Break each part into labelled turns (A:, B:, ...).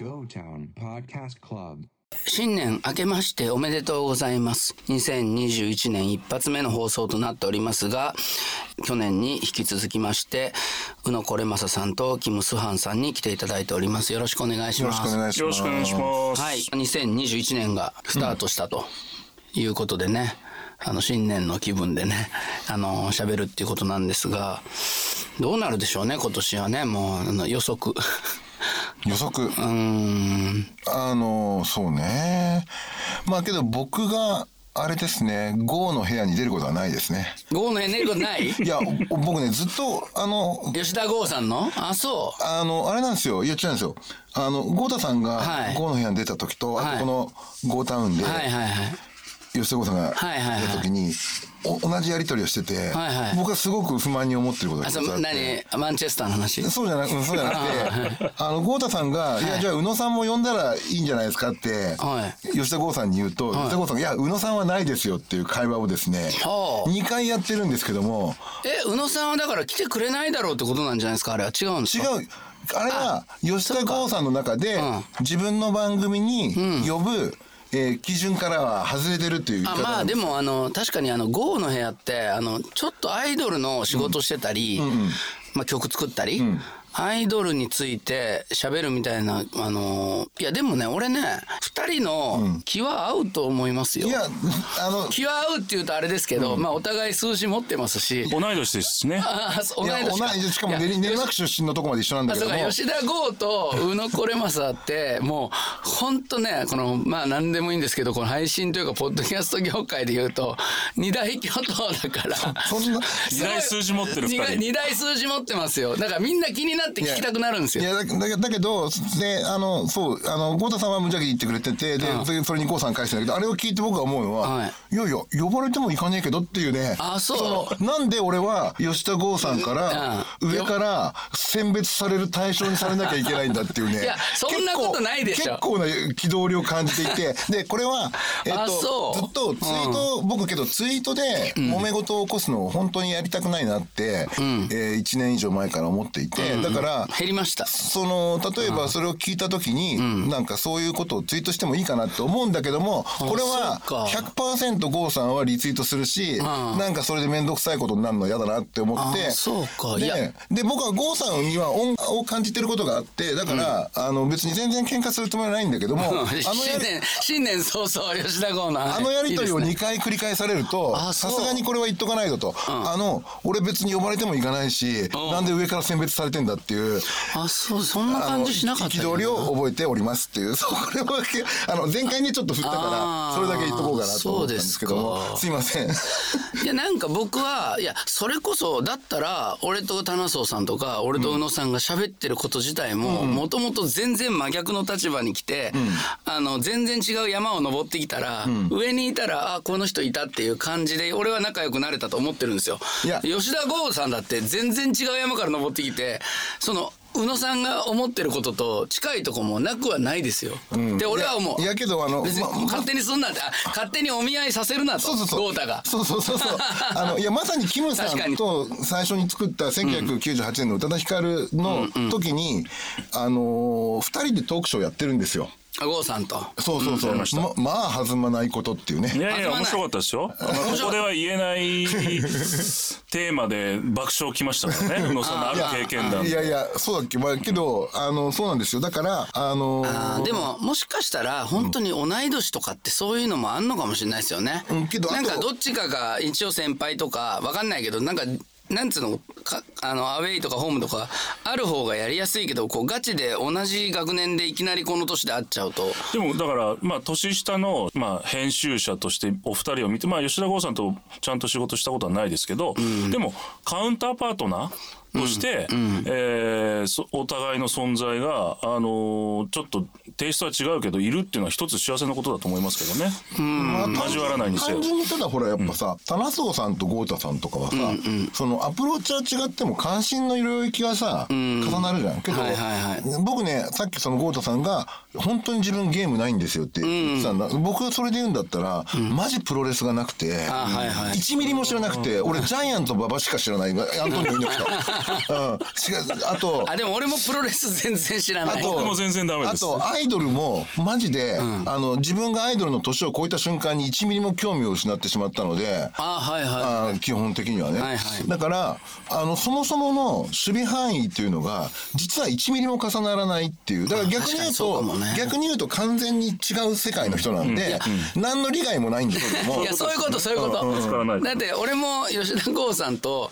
A: Go Town Podcast Club。
B: 新年明けましておめでとうございます。2021年一発目の放送となっておりますが、去年に引き続きまして宇野これまささんとキムスハンさんに来ていただいております。よろしくお願いします。
C: よろしくお願いします。
D: よろしくお願いします。
B: はい、2021年がスタートしたということでね、新年の気分でね喋るっていうことなんですが、どうなるでしょうね今年はね。もう予測
C: そうね。まあけど僕があれですね、GO の部屋に出ることはないですね。
B: GO の部屋に出ることない？
C: いや僕ねずっと
B: 吉田剛さんのそう
C: あれなんですよ。いや違うんですよ。豪太さんが GO の部屋に出た時と、あとこの GO タウンで吉田剛さんが出た時に同じやり取りをしてて、僕はすごく不満に思ってることが一つあって。
B: 何マンチェスターの話？そうじゃなく
C: て豪太さんが、いやじゃあ宇野さんも呼んだらいいんじゃないですかって吉田剛さんに言うと、吉田剛さんがいや宇野さんはないですよっていう会話をですね2回やってるんですけども、
B: 宇野さんはだから来てくれないだろうってことなんじゃないですか。あれは違うんですか？
C: 違う。あれは吉田剛さんの中で自分の番組に呼ぶ基準からは外れてるっていう言い方なんです。
B: まあでも確かにGO の部屋ってちょっとアイドルの仕事してたり、まあ曲作ったり、アイドルについて喋るみたいな、いやでもね俺ね2人の気は合うと思いますよ。いや気は合うって言うとあれですけど、まあお互い数字持ってますし
D: 同い年ですしね。
B: 同い年
C: しかも練馬区出身のとこまで一緒なんだけども、
B: 吉田剛と宇野これまさってもうほんとねまあ何でもいいんですけど、この配信というかポッドキャスト業界で言うと二大巨頭だから
C: そんな
D: 二大数字持ってる2人。
B: 二大数字持ってますよ。だからみんな気になって聞きたくなるんですよ。
C: いやだけどでそう豪太さんは無邪気に言ってくれてて、でそれに郷さん返してんだけど、あれを聞いて僕が思うのは、いやいや呼ばれても行かねえけどっていうね。なんで俺は吉田剛さんから上から選別される対象にされなきゃいけないんだっていうね。
B: いやそんなことないでしょ。
C: 結構な憤りを感じていて、でこれはずっとツイート、僕けどツイートで揉め事を起こすのを本当にやりたくないなって、1年以上前から思っていて、だから
B: 減りました。
C: 例えばそれを聞いた時に、なんかそういうことをツイートしてもいいかなと思うんだけども、これは 100% 郷さんはリツイートするし、なんかそれで面倒くさいことになるの嫌だなって思って、で僕は郷さんには恩を感じてることがあって、だから、別に全然喧嘩するつもりはないんだけども、
B: 新年早々吉田剛の
C: やり取りを2回繰り返されると、さすがにこれは言っとかないぞと、俺別に呼ばれても行かないし、なんで上から選別されてんだっていう、
B: そんな感じしなかった
C: 憤りを覚えておりますっていう、これは前回にちょっと振ったからそれだけ言っとこうかなと思ったんですけども、すいません。
B: いやなんか僕はいやそれこそだったら俺と棚荘さんとか俺と宇野さんが喋ってること自体ももともと全然真逆の立場に来て、全然違う山を登ってきたら、上にいたらこの人いたっていう感じで俺は仲良くなれたと思ってるんですよ。吉田剛さんだって全然違う山から登ってきて、宇野さんが思ってることと近いとこもなくはないですよ。で俺は思う。
C: いやけど
B: 別に勝手にすんなって勝手にお見合いさせるなと。豪太が。
C: いやまさにキムさんと最初に作った1998年の宇多田ヒカルの時に2人でトークショーやってるんですよ。
B: 郷さんと。
C: そう。まあ弾まないことっていうね。
D: いや面白かったですよ。ここでは言えないテーマで爆笑きましたからね。宇野さんのある経験談。
C: いやそうだっけ。まあけどそうなんですよ。だから
B: でももしかしたら本当に同い年とかってそういうのもあんのかもしれないですよね。なんかどっちかが一応先輩とかわかんないけどなんつうのアウェイとかホームとかある方がやりやすいけど、ガチで同じ学年でいきなりこの年で会っちゃうと。
D: でもだから年下の編集者としてお二人を見て、吉田剛さんとちゃんと仕事したことはないですけど、でもカウンターパートナーとして、お互いの存在がちょっとテイストは違うけどいるっていうのは一つ幸せなことだと思いますけどね。交わらないにせよ。
C: 単純にただほらやっぱさ、棚荘さんと豪太さんとかはさ、アプローチは違っても関心の領域はさ、重なるじゃん。けど、僕ねさっき豪太さんが本当に自分ゲームないんですよって言ってたんだ。僕それで言うんだったら、マジプロレスがなくて、1ミリも知らなくて、俺ジャイアント馬場しか知らない。アントニオ猪木と。 あと
B: でも俺もプロレス全然知らない。
D: 僕も全然ダメです。
C: あとアイドルもマジで、自分がアイドルの年を超えた瞬間に1ミリも興味を失ってしまったので、基本的にはね、だからそもそもの守備範囲っていうのが実は1ミリも重ならないっていう。だから逆に言うと完全に違う世界の人なんで、何の利害もないんだけども。
B: いや、そういうこと。だって俺も吉田剛さんと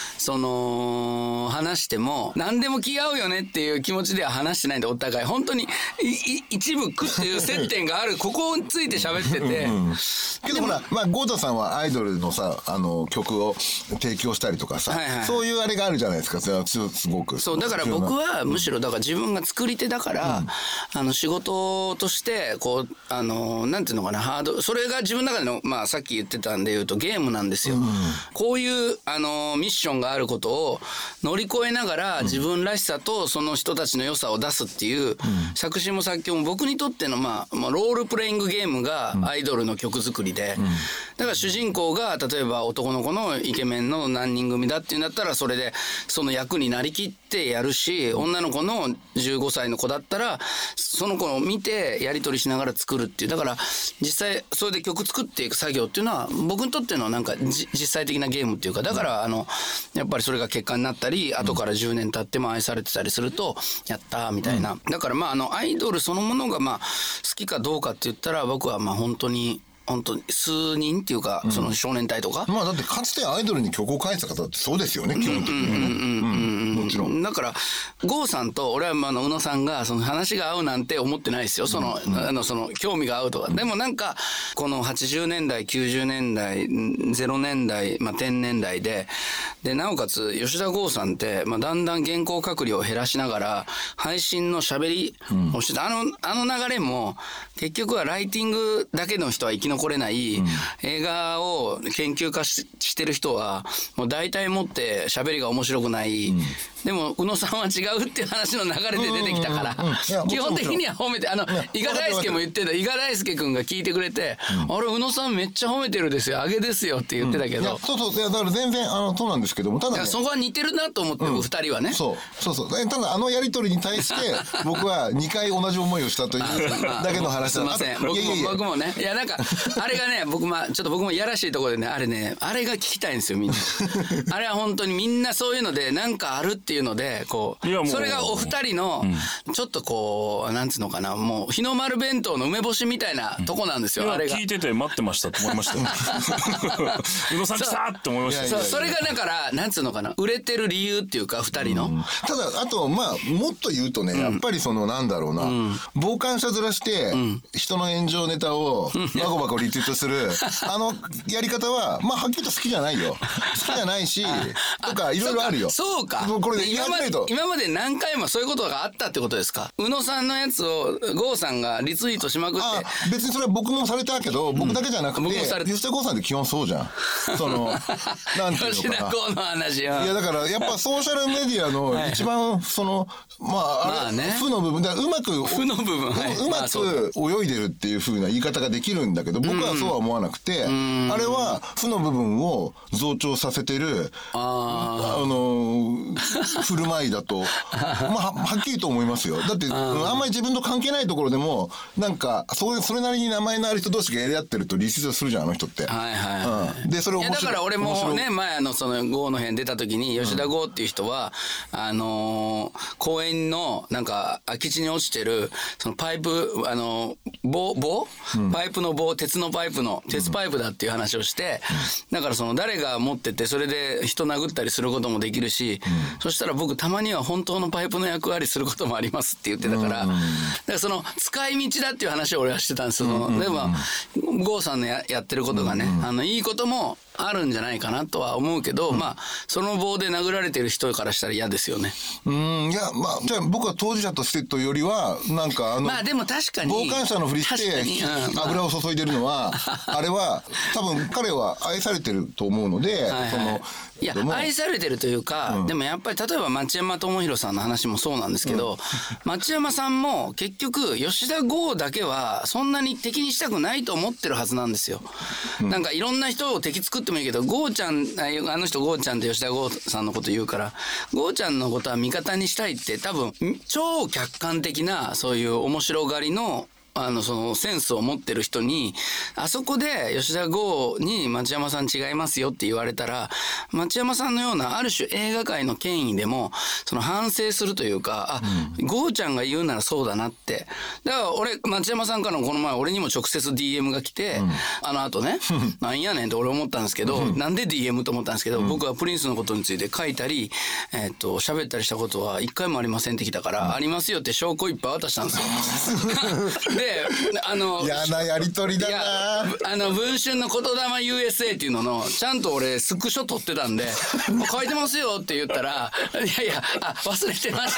B: 話しても何でも気合うよねっていう気持ちでは話してないんで、お互い本当に一部区っていう接点があるここについて喋ってて
C: けどほら、豪太さんはアイドルのさ曲を提供したりとかさ、そういうあれがあるじゃないですか。それはすごく
B: そうだから僕はむしろだから自分が作り手だから、仕事としてこうなんていうのかな、それが自分の中でのさっき言ってたんで言うとゲームなんですよ。こういうミッションがあることを乗り越えながら自分らしさとその人たちの良さを出すっていう、作詞も作曲も僕にとってのロールプレイングゲームがアイドルの曲作りで、だから主人公が例えば男の子のイケメンの何人組だっていうんだったらそれでその役になりきってやるし、女の子の15歳の子だったらその子を見てやり取りしながら作るっていう。だから実際それで曲作っていく作業っていうのは僕にとってのなんか実際的なゲームっていうか、だからやっぱりそれが結果になったり、後から10年経っても愛されてたりするとやったーみたいな。だからアイドルそのものが好きかどうかって言ったら僕は本当に数人っていうか、その少年隊とか、
C: だってかつてアイドルに曲を書いてた方ってそうですよね、基本的に。もちろん
B: だから郷さんと俺は宇野さんがその話が合うなんて思ってないですよ。その興味が合うとか。でもなんかこの80年代90年代0年代10年代でなおかつ吉田剛さんってだんだん原稿書く量を減らしながら配信の喋りをしてた、あの流れも結局はライティングだけの人は生き残れない、映画を研究家してる人はもう大体持って喋りが面白くない、でも宇野さんは違うっていう話の流れで出てきたから、基本的には褒めて伊賀大輔も言ってた。伊賀大輔君が聞いてくれて、あれ宇野さんめっちゃ褒めてるですよ、あげですよって言ってたけど、
C: いやだから全然そうなんですけども、ただ、
B: そこは似てるなと思って2人はね、
C: そうただやり取りに対して僕は2回同じ思いをしたというだけの話
B: すいません。僕もね、いやなんかあれがね、僕もいやらしいところでね、あれが聞きたいんですよみんな。あれは本当にみんなそういうのでなんかあるっていうのでこう、それがお二人のちょっとこうなんつうのかな、もう日の丸弁当の梅干しみたいなとこなんですよ。あれが
D: 聞いてて待ってましたと思いましたよ。宇野さん来たって思いました。
B: それがだからなんつうのかな、売れてる理由っていうか二人の。
C: ただあともっと言うとね、やっぱりなんだろうな、傍観者面して人の炎上ネタをバコバコリツイートするやり方ははっきりと好きじゃないよ。好きじゃないしとかいろいろあるよ。
B: そうか。
C: これ
B: 今まで何回もそういうことがあったってことですか。宇野さんのやつを郷さんがリツイートしまくって。
C: 別にそれは僕もされたけど、僕だけじゃなくて吉田剛さんって基本そうじゃん。なんていうのかな、
B: 吉田剛の話。い
C: やだからやっぱソーシャルメディアの一番負の部分だからうまく泳いでるっていう風な言い方ができるんだけど、僕はそうは思わなくて、あれは負の部分を増長させてる振る舞いだとはっきりと思いますよ。だってあんまり自分と関係ないところでもなんかそれなりに名前のある人同士がやり合ってるとリツイートするじゃん、あの人って。でそれを
B: だから俺もね、前その郷の辺出た時に吉田剛っていう人は公園のなんか空き地に落ちてるそのパイプパイプの棒、鉄パイプだっていう話をして、だから誰が持っててそれで人殴ったりすることもできるし、そしたら僕たまには本当のパイプの役割することもありますって言ってたから、だからその使い道だっていう話を俺はしてたんですよ。でも郷さんのやってることがね、いいこともあるんじゃないかなとは思うけど、その棒で殴られてる人からしたら嫌ですよね。
C: いやじゃあ僕は当事者としてというよりはなんか
B: でも確かに
C: 傍観者のふりして油を注いでるのはあれは多分彼は愛されてると思うので、
B: いや愛されてるというか、でもやっぱり例えば町山智博さんの話もそうなんですけど、町山さんも結局吉田剛だけはそんなに敵にしたくないと思ってるはずなんですよ。なんかいろんな人を敵作っってもいいけど、ゴーちゃん、あの人ゴーちゃんって吉田剛さんのこと言うから、ゴーちゃんのことは味方にしたいって多分、超客観的な、そういう面白がりの、そのセンスを持ってる人に、あそこで吉田剛に町山さん違いますよって言われたら、町山さんのようなある種映画界の権威でも、その反省するというか、剛ちゃんが言うならそうだなって。だから俺、町山さんからのこの前、俺にも直接 DM が来て、あの後ね、なんやねんって俺思ったんですけど、なんで DM と思ったんですけど、僕はプリンスのことについて書いたり、喋ったりしたことは一回もありませんってきたから、ありますよって証拠いっぱい渡したんですよ。で、
C: 嫌なやりとりだな。
B: 文春の言霊 USA っていうののちゃんと俺スクショ撮ってたんで書いてますよって言ったら、いや忘れてま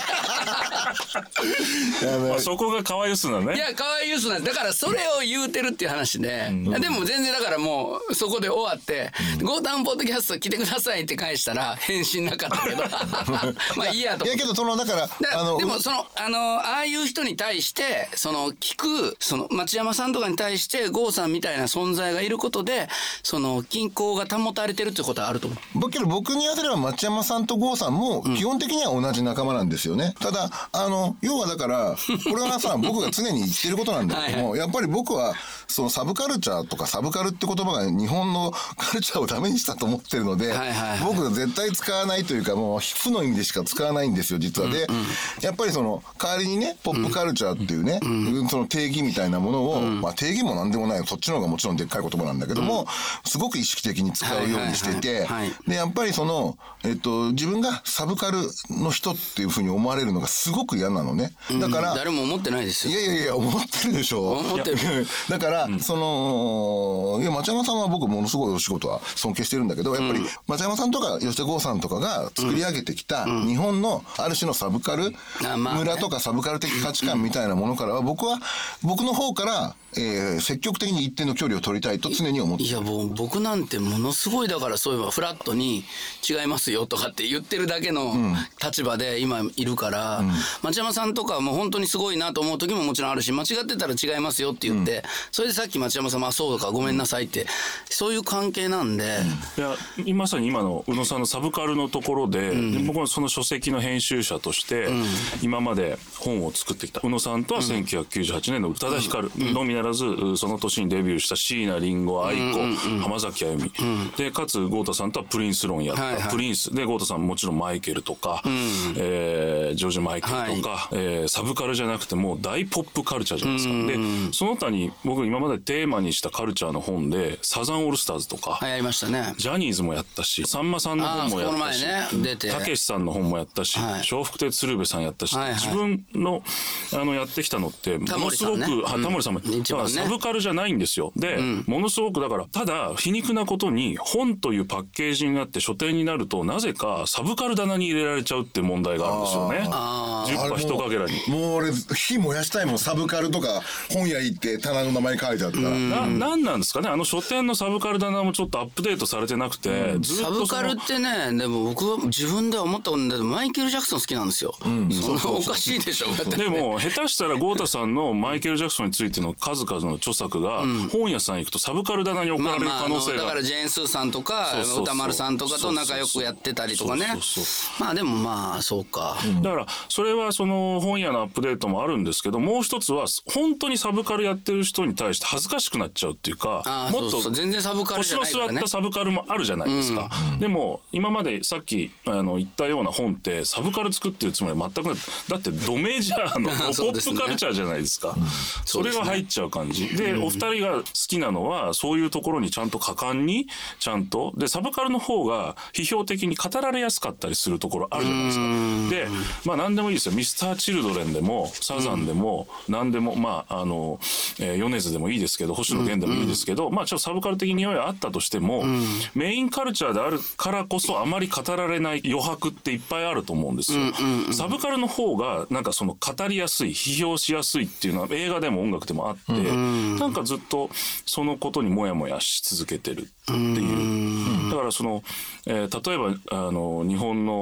B: した
D: そこが可愛いすなね。
B: いや可愛いすなだからそれを言うてるっていう話で、でも全然だからもうそこで終わって「ゴータンポッドキャスト来てください」って返したら返信なかったけどまあいいやと。
C: いやけどだから
B: でもああいう人に対して聞く町山さんとかに対して郷さんみたいな存在がいることで均衡が保たれてるってことはあると思う。
C: けど僕に言わせれば町山さんと郷さんも基本的には同じ仲間なんですよね。ただ要はだからこれはさ僕が常に言ってることなんだけどもはい、やっぱり僕はサブカルチャーとかサブカルって言葉が日本のカルチャーをダメにしたと思ってるので、僕が絶対使わないというかもう負の意味でしか使わないんですよ実は。で、やっぱり代わりにねポップカルチャーっていうね、その定義みたいなものを、まあ定義もなんでもないそっちの方がもちろんでっかい言葉なんだけども、すごく意識的に使うようにしていて、でやっぱり自分がサブカルの人っていうふうに思われるのがすごく嫌なのね。だから、
B: 誰も思ってないですよ。
C: いや思ってるでしょ。
B: 思ってる。
C: だから町山さんは僕ものすごいお仕事は尊敬してるんだけど、やっぱり町山さんとか吉田剛さんとかが作り上げてきた日本のある種のサブカル村とかサブカル的価値観みたいなものからは僕の方から積極的に一定の距離を取りたいと常に思っている。
B: いやもう僕なんてものすごいだからそういえばフラットに違いますよとかって言ってるだけの立場で今いるから、町山さんとかも本当にすごいなと思う時ももちろんあるし、間違ってたら違いますよって言って、それでさっき町山さんもそうかごめんなさいってそういう関係なんで、
D: いやまさに今の宇野さんのサブカルのところで、僕はその書籍の編集者として、今まで本を作ってきた宇野さんとは1998年の宇多田ヒカルのみならず、その年にデビューした椎名林檎、愛子、浜崎あゆみ、でかつ豪太さんとはプリンス論やった、プリンスで豪太さんもちろんマイケルとか、ジョージ・マイケルとか、サブカルじゃなくてもう大ポップカルチャーじゃないですか。でその他に僕今までテーマにしたカルチャーの本でサザンオールスターズとか、
B: やりましたね。
D: ジャニーズもやったし、さんまさんの本もやったしたけしさんの本もやったし、笑福亭鶴瓶さんやったし、自分のやってきたのってものすごくタモリさんもサブカルじゃないんですよ。で、ものすごくだからただ皮肉なことに本というパッケージになって書店になるとなぜかサブカル棚に入れられちゃうっていう問題があるんですよね。10羽一かけらに。
C: もう俺火燃やしたいもん。サブカルとか本屋行って棚の名前書いてあったら。
D: なんなんですかね。書店のサブカル棚もちょっとアップデートされてなくて、ずっと
B: サブカルってね、でも僕は自分では思ったことないけどマイケル・ジャクソン好きなんですよ。おかしいでしょ。
D: でも下手したら豪太さんのマイケル・ジャクソンについての数々の著作が本屋さん行くとサブカル棚に置かれる可能性が、
B: だからジェーン・スーさんとか歌丸さんとかと仲良くやってたりとかね。まあでもまあそうか、
D: だからそれはその本屋のアップデートもあるんですけど、もう一つは本当にサブカルやってる人に対して恥ずかしくなっちゃうっていうか、もっと
B: 全然サブカルじゃないからね。
D: 腰の座ったサブカルもあるじゃないですか。でも今までさっき言ったような本ってサブカル作ってるつもりは全くない。だってドメジャーのポップカルチャーじゃないですか。それが入っちゃう感じで、お二人が好きなのはそういうところにちゃんと果敢にちゃんとで、サブカルの方が批評的に語られやすかったりするところあるじゃないですか。でまあ何でもいいですよ。ミスターチルドレンでもサザンでも何でも、まあ米津でもいいですけど、星野源でもいいですけど、まあちょっとサブカル的に匂いはあったとしても、メインカルチャーであるからこそあまり語られない余白っていっぱいあると思うんですよ。サブカルの方がなんかその語りやすい、批評しやすいっていうのは映画でも音楽でもあって、なんかずっとそのことにモヤモヤし続けてるっていう。だからその、例えば日本の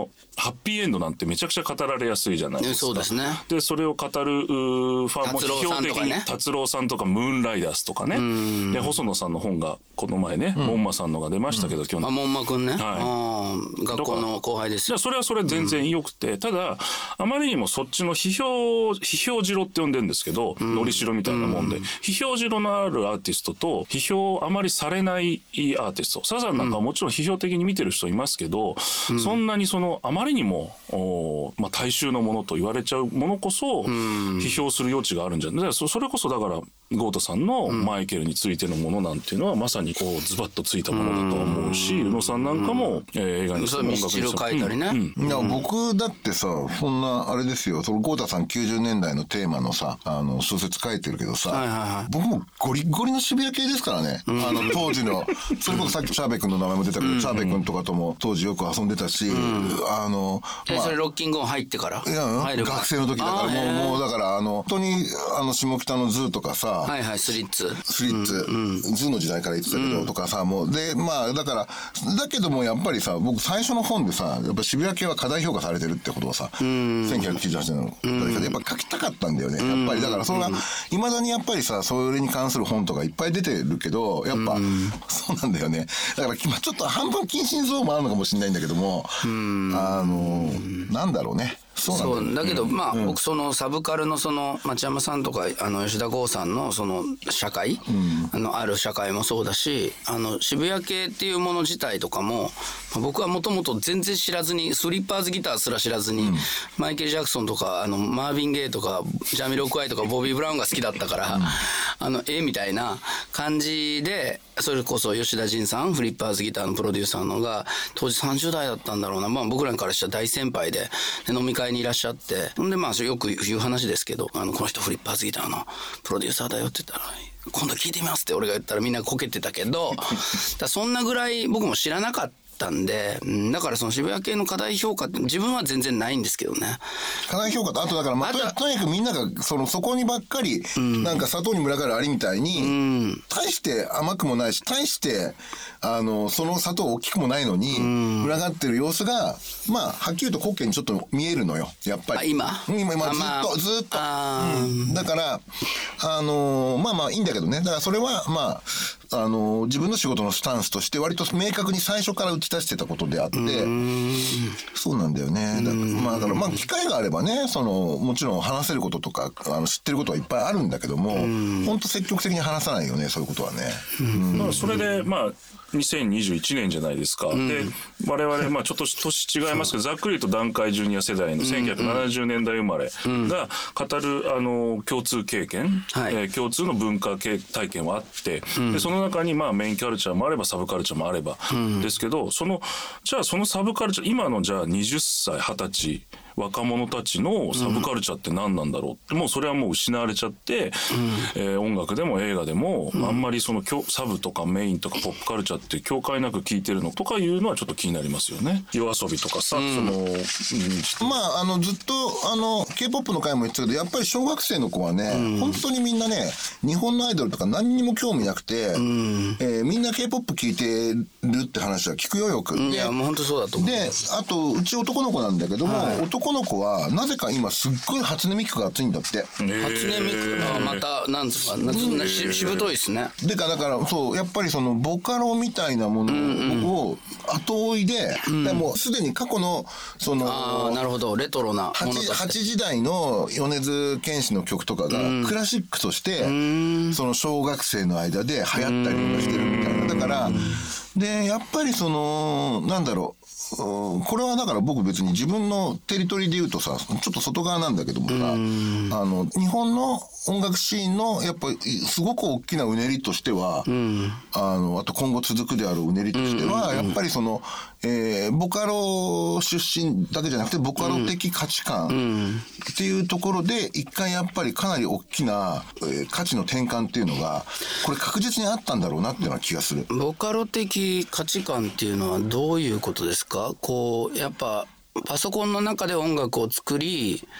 D: ハッピーエンドなんてめちゃくちゃ語られやすいじゃないですか。
B: そうですね。
D: でそれを語るファンも批評的に達郎さんとかムーンライダースとかね、で細野さんの本がこの前ね、門馬さんのが出ましたけど、去年。
B: 門馬くんね、
D: はい、
B: 学校の後輩ですよ。
D: それはそれ全然良くて、ただあまりにもそっちの批評ジロって呼んでるんですけど、のりしろみたいなもんで、批評ジロのあるアーティストと批評あまりされないアーティスト、サザンなんかはもちろん批評的に見てる人いますけど、そんなにあまりにも大衆のものと言われちゃうものこそ批評する余地があるんじゃない。それこそだから豪太さんのマイケルについてのものなんていうのはまさにこうズバッとついたものだと思うし、宇野さんなんかも映画にしても音楽にしても
B: 書いたりね、
C: いや僕だってさ、そんなあれですよ、その豪太さん90年代のテーマのさ小説書いてるけどさ、僕もゴリゴリの渋谷系ですからね、当時のそれこそさっきチャーベ君の名前も出たけど、チャーベ君とかとも当時よく遊んでたし、
B: それロッキングオン入ってから、
C: いや学生の時だからもうだから本当に下北のズーとかさ、
B: スリッツ、
C: ズーの時代から言ってたけど、とかさ、もうでだからだけどもやっぱりさ、僕最初の本でさ、やっぱ渋谷系は過大評価されてるってことをさ、1998年のやっぱ書きたかったんだよね、やっぱり。だからそれがいまだにやっぱりさ、それに関する本とかいっぱい出てるけど、やっぱそうなんだよね。だからちょっと半分近親像もあるのかもしれないんだけども、なんだろうね。
B: そうだけど、僕そのサブカルのその町山さんとか吉田剛さんのその社会、ある社会もそうだし、渋谷系っていうもの自体とかも、僕はもともと全然知らずに、スリッパーズギターすら知らずに、マイケル・ジャクソンとかマーヴィン・ゲイとかジャミロクワイとかボビー・ブラウンが好きだったから、みたいな感じで、それこそ吉田仁さん、フリッパーズギターのプロデューサーのが当時30代だったんだろうな、僕らからしたら大先輩で、飲み会にいらっしゃって、ほんでよく言う話ですけど、この人フリッパーズギターのプロデューサーだよって言ったら、今度聞いてみますって俺が言ったらみんなこけてたけどそんなぐらい僕も知らなかったんで、だからその渋谷系の過大評価って自分は全然ないんですけどね。
C: 過大評価と、あとだからとにかくみんながそこにばっかり、なんか砂糖に群がるアリみたいに、大して甘くもないし、大してその砂糖大きくもないのに群がってる様子がはっきりと滑稽にちょっと見えるのよ、やっぱり。
B: 今
C: ずっと、だからいいんだけどね。だからそれは自分の仕事のスタンスとして割と明確に最初から打ち出してたことであって、そうなんだよね。だから機会があればね、もちろん話せることとか知ってることはいっぱいあるんだけども、本当積極的に話さないよね、そういうことはね。
D: だからそれで2021年じゃないですか。で我々ちょっと年違いますけど、ざっくりと団塊ジュニア世代の1970年代生まれが語る共通経験、共通の文化体験はあって、でその中にメインカルチャーもあればサブカルチャーもあればですけど、じゃあそのサブカルチャー、今のじゃあ20歳20歳若者たちのサブカルチャーって何なんだろうって、もうそれはもう失われちゃって、音楽でも映画でもあんまりサブとかメインとかポップカルチャーって境界なく聴いてるのとかいうのはちょっと気になりますよね。夜遊びとかさ、ずっ
C: とK-POP の回も言ってたけど、やっぱり小学生の子はね、本当にみんなね、日本のアイドルとか何にも興味なくて、みんな K-POP 聴いてるって話は聞くよ、よく。
B: いやもう本当そうだと思う。
C: で、あとうち男の子なんだけども、男の子はなぜか今すっごい初音ミクが熱いんだって。
B: 初音ミクまたなんですか、しぶといですね。
C: だからそうやっぱりボカロみたいなものを後追いで、もうすでに過去の
B: なるほど、レトロなものとして
C: 8時代の米津玄師の曲とかがクラシックとして小学生の間で流行ったりしてるみたいな。だからでやっぱりなんだろう、これはだから僕別に自分のテリトリーで言うとさ、ちょっと外側なんだけどもさ、日本の音楽シーンのやっぱりすごく大きなうねりとしては、あと今後続くであるうねりとしては、やっぱりボカロ出身だけじゃなくてボカロ的価値観っていうところで一回やっぱりかなり大きな、価値の転換っていうのがこれ確実にあったんだろうなっていうような気がする。
B: ボカロ的価値観っていうのはどういうことですか？やっぱパソコンの中で音楽を作り、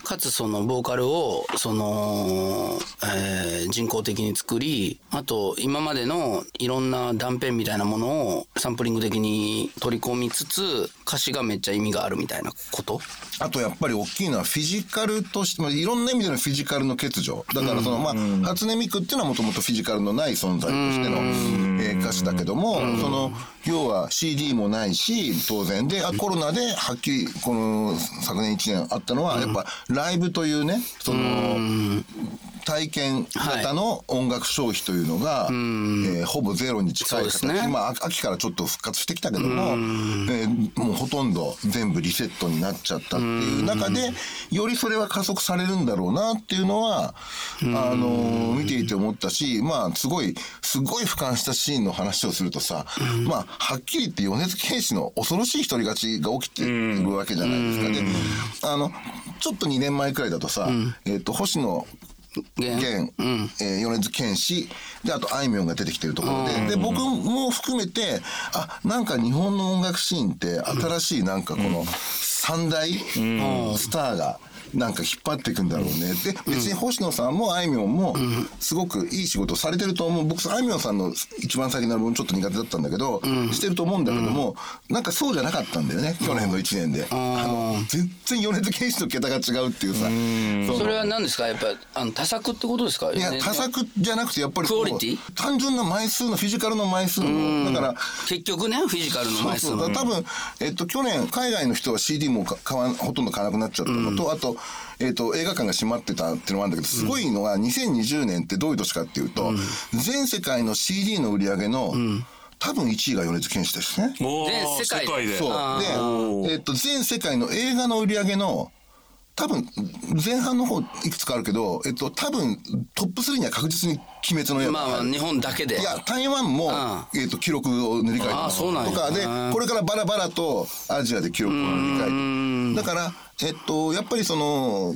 B: かつそのボーカルをその、人工的に作り、あと今までのいろんな断片みたいなものをサンプリング的に取り込みつつ、歌詞がめっちゃ意味があるみたいなこと。
C: あとやっぱり大きいのはフィジカルとして、いろんな意味でのフィジカルの欠如だから、その初音ミクっていうのはもともとフィジカルのない存在としての歌手だけども、その要は CD もないし当然で、コロナではっきりこの昨年1年あったのはやっぱライブというね、その体験型の音楽消費というのが、ほぼゼロに近い形、秋からちょっと復活してきたけども、もうほとんど全部リセットになっちゃったっていう中で、よりそれは加速されるんだろうなっていうのは見ていて思ったし、すごい俯瞰したシーンの話をするとさ、はっきり言って米津玄師の恐ろしい独り勝ちが起きているわけじゃないですかね。ちょっと2年前くらいだとさ、星野源、米津玄師で、あとあいみょんが出てきてるところで、僕も含めて、なんか日本の音楽シーンって新しいなんかこの三大スターがなんか引っ張っていくんだろうね。で、別に星野さんもあいみょんもすごくいい仕事をされてると思う。僕あいみょんさんの一番最近のアルバムちょっと苦手だったんだけど、してると思うんだけども、なんかそうじゃなかったんだよね、去年の1年で。全然米津玄師と桁が違うっていうさ。
B: それは何ですか、やっぱ多作ってことですか。
C: いや、多作じゃなくてやっぱり
B: クオリティ、
C: 単純な枚数のフィジカルの枚数の、だから
B: 結局ね、フィジカルの枚数の、
C: 多分去年海外の人は CD もほとんど買わなくなっちゃったのと、あと映画館が閉まってたっていうのもあるんだけど、すごいのは2020年ってどういう年かっていうと、全世界の CD の売り上げの、多分1位が米津玄師ですね。
B: 全世界で。
C: そうで、全世界の映画の売り上げの多分前半の方いくつかあるけど、多分トップ3には確実に鬼滅の刃。
B: 日本だけで。
C: いや、台湾も記録を塗り替えたとかで、これからバラバラとアジアで記録を塗り替えて、だからやっぱりその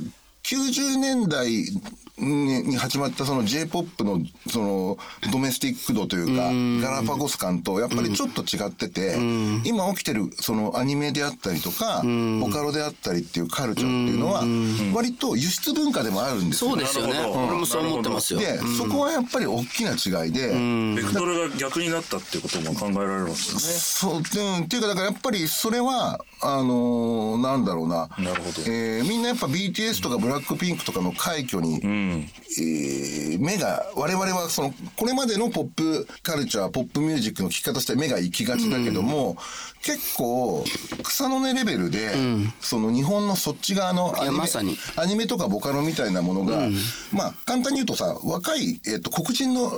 C: 90年代に始まったその J-POP のそのドメスティック度というかガラパゴス感とやっぱりちょっと違ってて、今起きてるそのアニメであったりとかボカロであったりっていうカルチャーっていうのは割と輸出文化でもあるんですよ。
B: そうですよね。俺もそう思ってますよ。
C: で、そこはやっぱり大きな違いで、
D: ベクトルが逆になったっていうことも考えられるんですよね。
C: そうっていうか、だからやっぱりそれはなんだろうな。
D: なるほど。
C: みんなやっぱ BTS とかブラックピンクとかの快挙に、目が、我々はそのこれまでのポップカルチャー、ポップミュージックの聴き方として目が行きがちだけども、結構草の根レベルで、その日本のそっち側のアニメとかボカロみたいなものが、簡単に言うとさ、若い、黒人の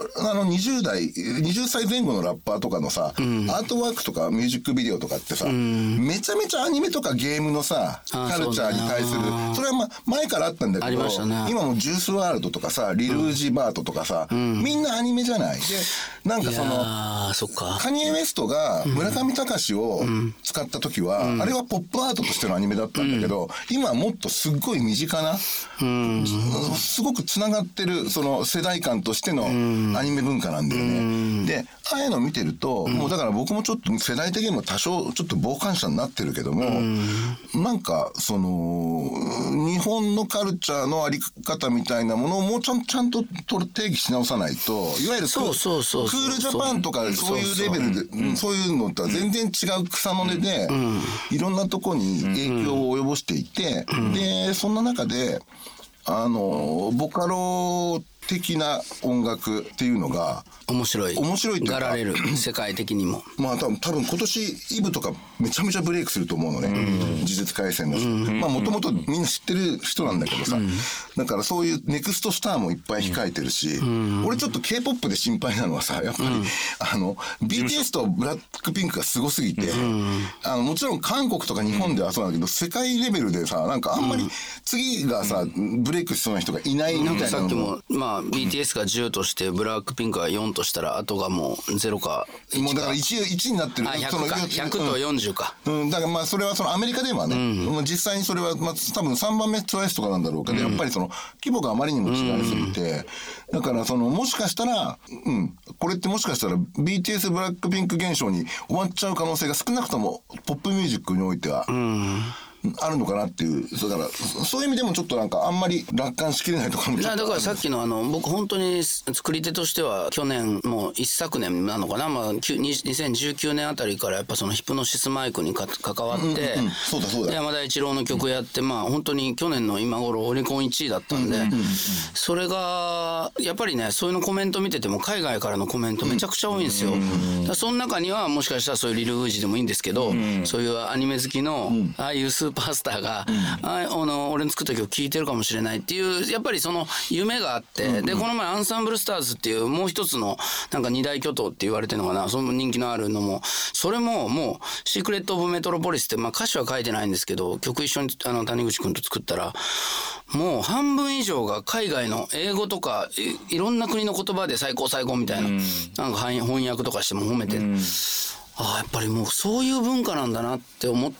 C: 20歳前後のラッパーとかのさ、アートワークとかミュージックビデオとかってさ、めちゃめちゃアニメとかゲームのさカルチャーに対する、それは前からあったんだけど、今もジュースワールドとかさ、リルージバートとかさ、みんなアニメじゃない。で、なんかそのカニエ・ウェストが村上隆を使った時は、あれはポップアートとしてのアニメだったんだけど、今はもっとすっごい身近な、すごくつながってるその世代間としてのアニメ文化なんだよね。で、ああいうのを見てると、もうだから僕もちょっと世代的にも多少ちょっと傍観者になってるけども、なんかその日本のカルチャーのあり方みたいなものをもうちゃんと定義し直さないと、いわゆるクールジャパンとかそういうレベルで、そういうのとは全然違う草の根で、いろんなとこに影響を及ぼしていて、でそんな中でボカロ的な音楽っていうのが
B: 面白いというか、がられる世界的にも
C: 多分今年イブとかめちゃめちゃブレイクすると思うのね、呪術廻戦の人、もともとみんな知ってる人なんだけどさ、だからそういうネクストスターもいっぱい控えてるし、俺ちょっと K-POP で心配なのはさ、やっぱりBTS とブラックピンクがすごすぎて、もちろん韓国とか日本ではそうなんだけど、世界レベルでさ、なんかあんまり次がさブレイクしそうな人がいないみたいなの。
B: さっきもBTS が10としてブラックピンクが4としたら、あとがもう0か1か、
C: もうだから 1になってる。
B: 100か100と40か、
C: だからそれはそのアメリカではね、実際にそれは多分3番目TWICEとかなんだろうけど、やっぱりその規模があまりにも違いすぎて、だからもしかしたら、これってもしかしたら BTS ブラックピンク現象に終わっちゃう可能性が少なくともポップミュージックにおいてはあるのかなっていう。だからそういう意味でもちょっとなんかあんまり楽観しきれないところもちょっとある。
B: だからさっきの僕本当に作り手としては去年もう一昨年なのかな、2019年あたりからやっぱそのヒプノシスマイクに関わって、
C: そうだ
B: 山田一郎の曲やって、本当に去年の今頃オリコン1位だったんで、それがやっぱりね、そういうのコメント見てても海外からのコメントめちゃくちゃ多いんですよ。その中にはもしかしたらそういうリル・ウージでもいいんですけど、そういうアニメ好きのああいうスーパースターが、俺の作った曲聴いてるかもしれないっていうやっぱりその夢があって、でこの前アンサンブルスターズっていうもう一つのなんか二大巨頭って言われてるのかな、その人気のあるのも、それももうシークレット・オブ・メトロポリスって、歌詞は書いてないんですけど、曲一緒に谷口くんと作ったらもう半分以上が海外の英語とか いろんな国の言葉で最高最高みたいな、なんか翻訳とかしても褒めて、やっぱりもうそういう文化なんだなって思って、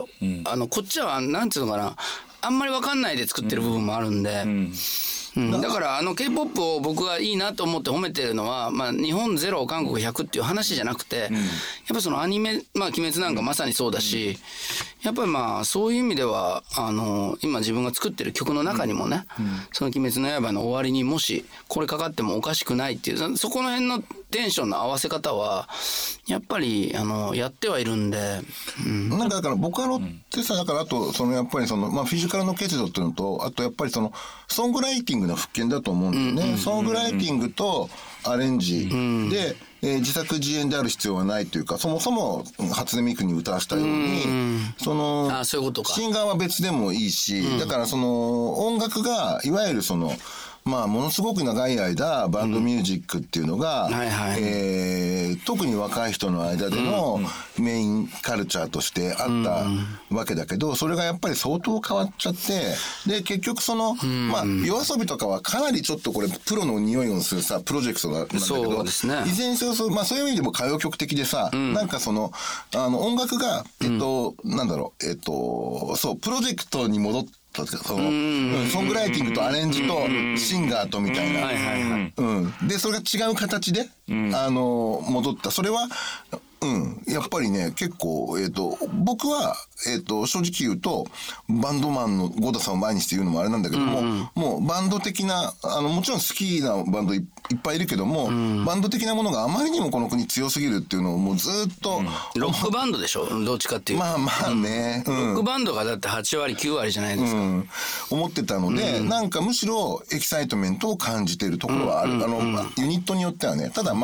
B: こっちはなんていうのかな、あんまり分かんないで作ってる部分もあるんで、だからK-POP を僕がいいなと思って褒めてるのは、日本0韓国100っていう話じゃなくて、やっぱそのアニメ、鬼滅なんかまさにそうだし、やっぱりそういう意味では今自分が作ってる曲の中にもね、その鬼滅の刃の終わりにもしこれかかってもおかしくないっていう、そこの辺のテンションの合わせ方はやっぱりやってはいるんで、
C: なんかだからボカロってさ、だからあとそのやっぱりそのフィジカルの欠如っていうのと、あとやっぱりそのソングライティングの復権だと思うんだよね。ソングライティングとアレンジで、自作自演である必要はないというか、そもそも初音ミクに歌わせたように、
B: そういうことか、
C: シンガーは別でもいいし、だからその音楽がいわゆるそのものすごく長い間バンドミュージックっていうのが、特に若い人の間でのメインカルチャーとしてあったわけだけど、それがやっぱり相当変わっちゃって、で結局その、夜遊びとかはかなりちょっとこれプロの匂いをするさプロジェクトなんだけど、
B: そうですね、
C: いずれにせよそういう意味でも歌謡曲的でさ、なんかその音楽がなんだろう、そうプロジェクトに戻ってソングライティングとアレンジとシンガーとみたいな、でそれが違う形で戻った。それはやっぱりね結構僕は正直言うとバンドマンのゴダさんを前にして言うのもあれなんだけども、もうバンド的なもちろん好きなバンドいっぱいいるけども、バンド的なものがあまりにもこの国強すぎるっていうのをもうずっと、
B: ロックバンドでしょ、どっちかっていう
C: ね、
B: ロックバンドがだって8割9割じゃないですか、
C: 思ってたので、なんかむしろエキサイトメントを感じているところはある、ユニットによってはね。ただ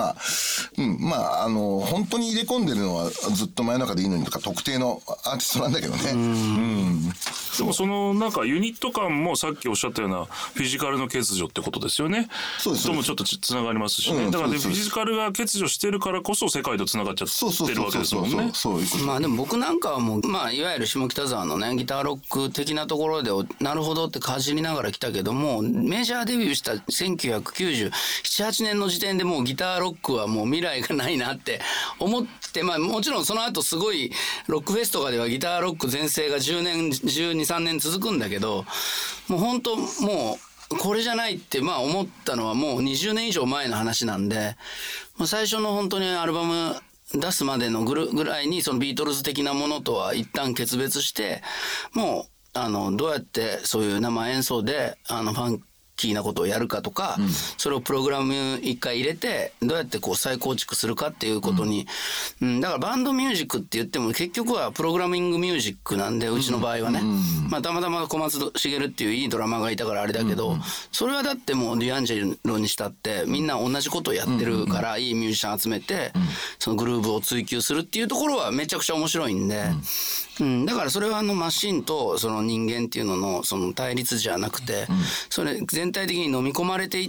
C: 本当に入れ込んでるのはずっと真夜中でいいのにとか特定のアーティストなんだけどね。
D: でもそのなんかユニット感もさっきおっしゃったようなフィジカルの欠如ってことですよね。
C: そうです
D: ともちょっとつながりますしね、だからフィジカルが欠如してるからこそ世界とつながっちゃってるわけですもんね。
B: でも僕なんかはもういわゆる下北沢のねギターロック的なところでなるほどってかじりながら来たけども、メジャーデビューした1997、8年の時点でもうギターロックはもう未来がないなって思って、もちろんその後すごいロックフェスとかではギターロック全盛が10年12、3年続くんだけど、もう本当もうこれじゃないって思ったのはもう20年以上前の話なんで、最初の本当にアルバム出すまでのぐらいにそのビートルズ的なものとは一旦決別して、もうどうやってそういう生演奏でファンキーなことをやるかとか、それをプログラム一回入れてどうやってこう再構築するかっていうことに、だからバンドミュージックって言っても結局はプログラミングミュージックなんで、うちの場合はね、たまたま小松茂っていういいドラマーがいたからあれだけど、それはだってもうディアンジェロにしたってみんな同じことをやってるから、いいミュージシャン集めてそのグルーヴを追求するっていうところはめちゃくちゃ面白いんで、だからそれはマシンとその人間っていうののその対立じゃなくて、それ全体的に飲み込まれていって、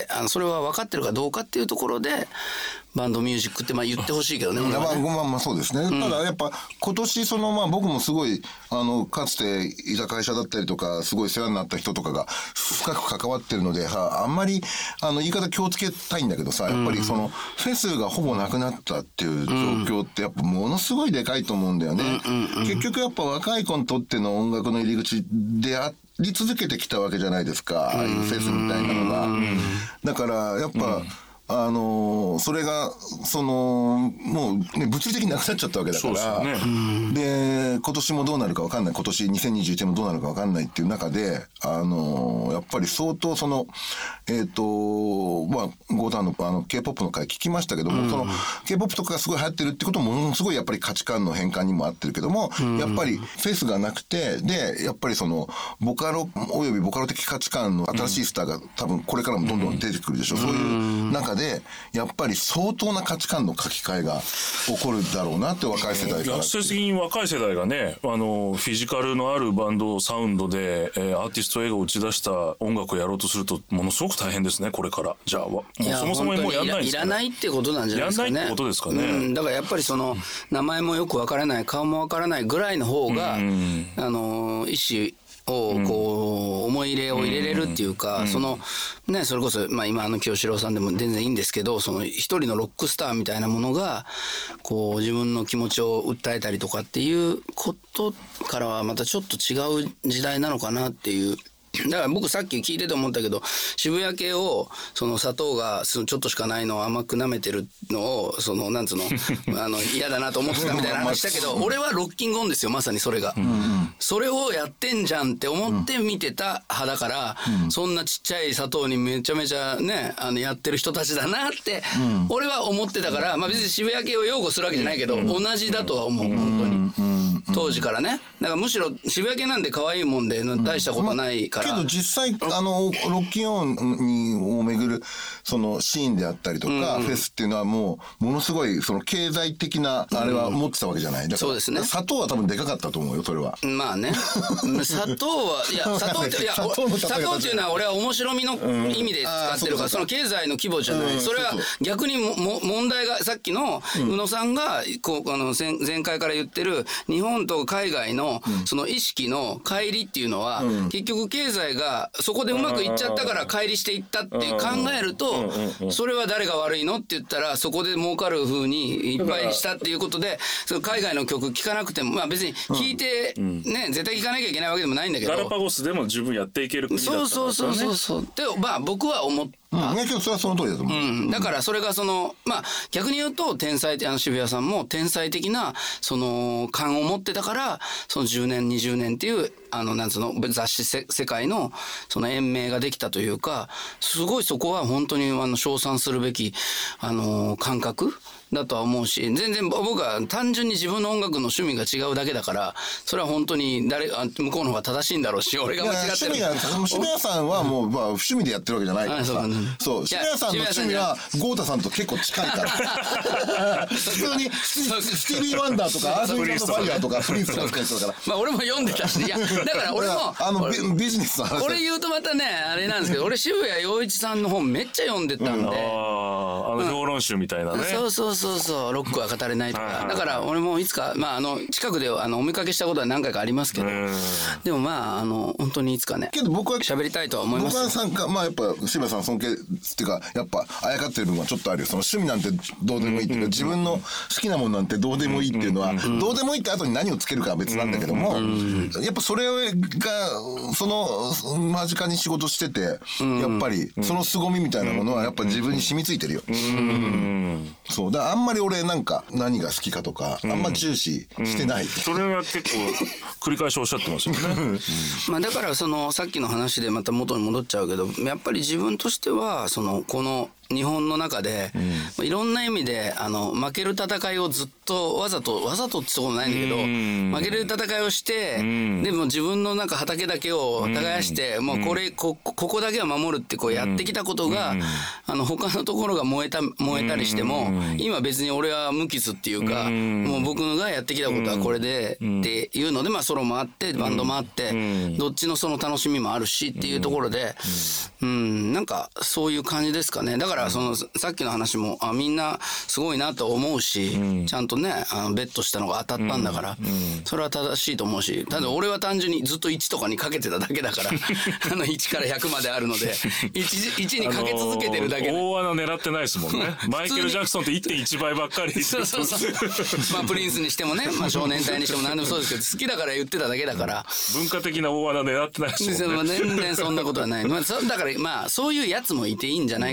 B: それは分かってるかどうかっていうところでバンドミュージックって言ってほしいけどね。
C: そうですね。ただやっぱ今年僕もすごいかつていた会社だったりとかすごい世話になった人とかが深く関わってるので、あんまり言い方気をつけたいんだけどさ、やっぱりそのフェスがほぼなくなったっていう状況ってやっぱものすごいでかいと思うんだよね。結局やっぱ若い子にとっての音楽の入り口であり続けてきたわけじゃないですか、ああいうフェスみたいなのが。だからやっぱそれがもうね物理的になくなっちゃったわけだから、で今年もどうなるか分かんない、今年2021年もどうなるか分かんないっていう中でやっぱり相当ゴータンのK-POP の回聞きましたけども、K-POP とかがすごい流行ってるってこともものすごいやっぱり価値観の変換にも合ってるけども、やっぱりフェスがなくて、でやっぱりボカロおよびボカロ的価値観の新しいスターが多分これからもどんどん出てくるでしょう。そういう中でやっぱり相当な価値観の書き換えが起こるだろうなって、若い世代から。
D: 逆説的に若い世代がねフィジカルのあるバンドサウンドで、アーティスト映画を打ち出した音楽をやろうとするとものすごく大変ですね、これから。じゃあもうそもそももうやんないんですかね。
B: いらないってことなんじゃないですかね。
D: やんないってことですかね。
B: だからやっぱり名前もよくわからない顔もわからないぐらいの方が、意思を思い入れを入れれるっていうか、それこそ今清志郎さんでも全然いいんですけど、一人のロックスターみたいなものが自分の気持ちを訴えたりとかっていうことからはまたちょっと違う時代なのかなっていう。だから僕さっき聞いてて思ったけど、渋谷系を砂糖がちょっとしかないのを甘く舐めてるのをなんつうの嫌だなと思ってたみたいな話したけど、俺はロッキングオンですよ、まさにそれが、それをやってんじゃんって思って見てた派だから、そんなちっちゃい砂糖にめちゃめちゃねやってる人たちだなって俺は思ってたから、別に渋谷系を擁護するわけじゃないけど、同じだとは思う本当に、当時からね。だからむしろ渋谷系なんで可愛いもんで大したことないから。
C: けど実際ロッキンオンをめぐるシーンであったりとか、フェスっていうのはものすごい経済的なあれは持ってたわけじゃない。だから
B: そうですね。
C: 砂糖は多分でかかったと思うよ、それは。
B: まあね。砂糖っていうのは俺は面白みの意味で使ってるから、経済の規模じゃない。それは逆に問題が、さっきの宇野さんが前回から言ってる日本と海外の意識の乖離っていうのは、結局経済がそこでうまくいっちゃったから乖離していったって考えると、それは誰が悪いのって言ったら、そこで儲かる風にいっぱいしたっていうことで、海外の曲聴かなくても別に聴いてね絶対聴かなきゃいけないわけでもないんだけど、
D: ガラパゴスでも十分やっていける国だったんですよね。
B: そうで僕は思って。
C: けどそれはその通りだと思う。
B: だからそれが逆に言うと天才渋谷さんも天才的な感を持ってたから、10年20年っていうなんつうの雑誌世界の延命ができたというか、すごいそこは本当に称賛するべき感覚だとは思うし、全然僕は単純に自分の音楽の趣味が違うだけだから、それは本当に向こうの方が正しいんだろうし、俺が間違ってる。
C: 渋谷さんはもう趣味でやってるわけじゃないからさ。そう渋谷さんの趣味は豪太さんと結構近いから普通にスティービー・ワンダーとかアース・ウィンド・ファイヤーとかプリンスとか使ってたから、
B: 俺も読んでたし、いやだから俺も
C: ビジネスの話、
B: 俺言うとまたねあれなんですけど、俺渋谷陽一さんの本めっちゃ読んでたんで、
D: 評論集みたいなね。
B: そうロックは語れないとか、だから俺もいつか近くでお見かけしたことは何回かありますけど、でも本当にいつかね、けど僕は喋りたいとは思います。
C: 僕はやっぱ渋谷さん尊敬っていうか、やっぱあやかってる部分はちょっとあるよ。趣味なんてどうでもいいっていうか、自分の好きなものなんてどうでもいいっていうのは、どうでもいいって後に何をつけるかは別なんだけども、やっぱそれが間近に仕事してて、やっぱりその凄みみたいなものはやっぱ自分に染みついてるよ。そうだからあんまり俺何が好きかとかあんま重視してない。
D: それは結構繰り返しおっしゃってますよね。
B: だからさっきの話でまた元に戻っちゃうけど、やっぱり自分としてはこの日本の中で、いろんな意味で負ける戦いをずっとわざとってことないんだけど、負ける戦いをして、でも自分の畑だけを耕して、もうここだけは守るってやってきたことが、他のところが燃えたりしても、今別に俺は無傷っていうか、もう僕がやってきたことはこれで、っていうので、ソロもあってバンドもあって、どっちの楽しみもあるしっていうところで、そういう感じですかね。だからさっきの話もみんなすごいなと思うし、ちゃんとねベットしたのが当たったんだから、それは正しいと思うし、ただ俺は単純にずっと1とかにかけてただけだから1から100まであるので 1にかけ続けてるだけで、
D: 大穴狙ってないですもんね。マイケル・ジャクソンって 1.1 倍ばっかり
B: そうプリンスにしてもね、少年隊にしても何でもそうですけど、好きだから言ってただけだから、
D: 文化的な大穴狙ってないですもんね。
B: 全然そんなことはない。だからそういうやつもいていいんじゃないかっていうだけ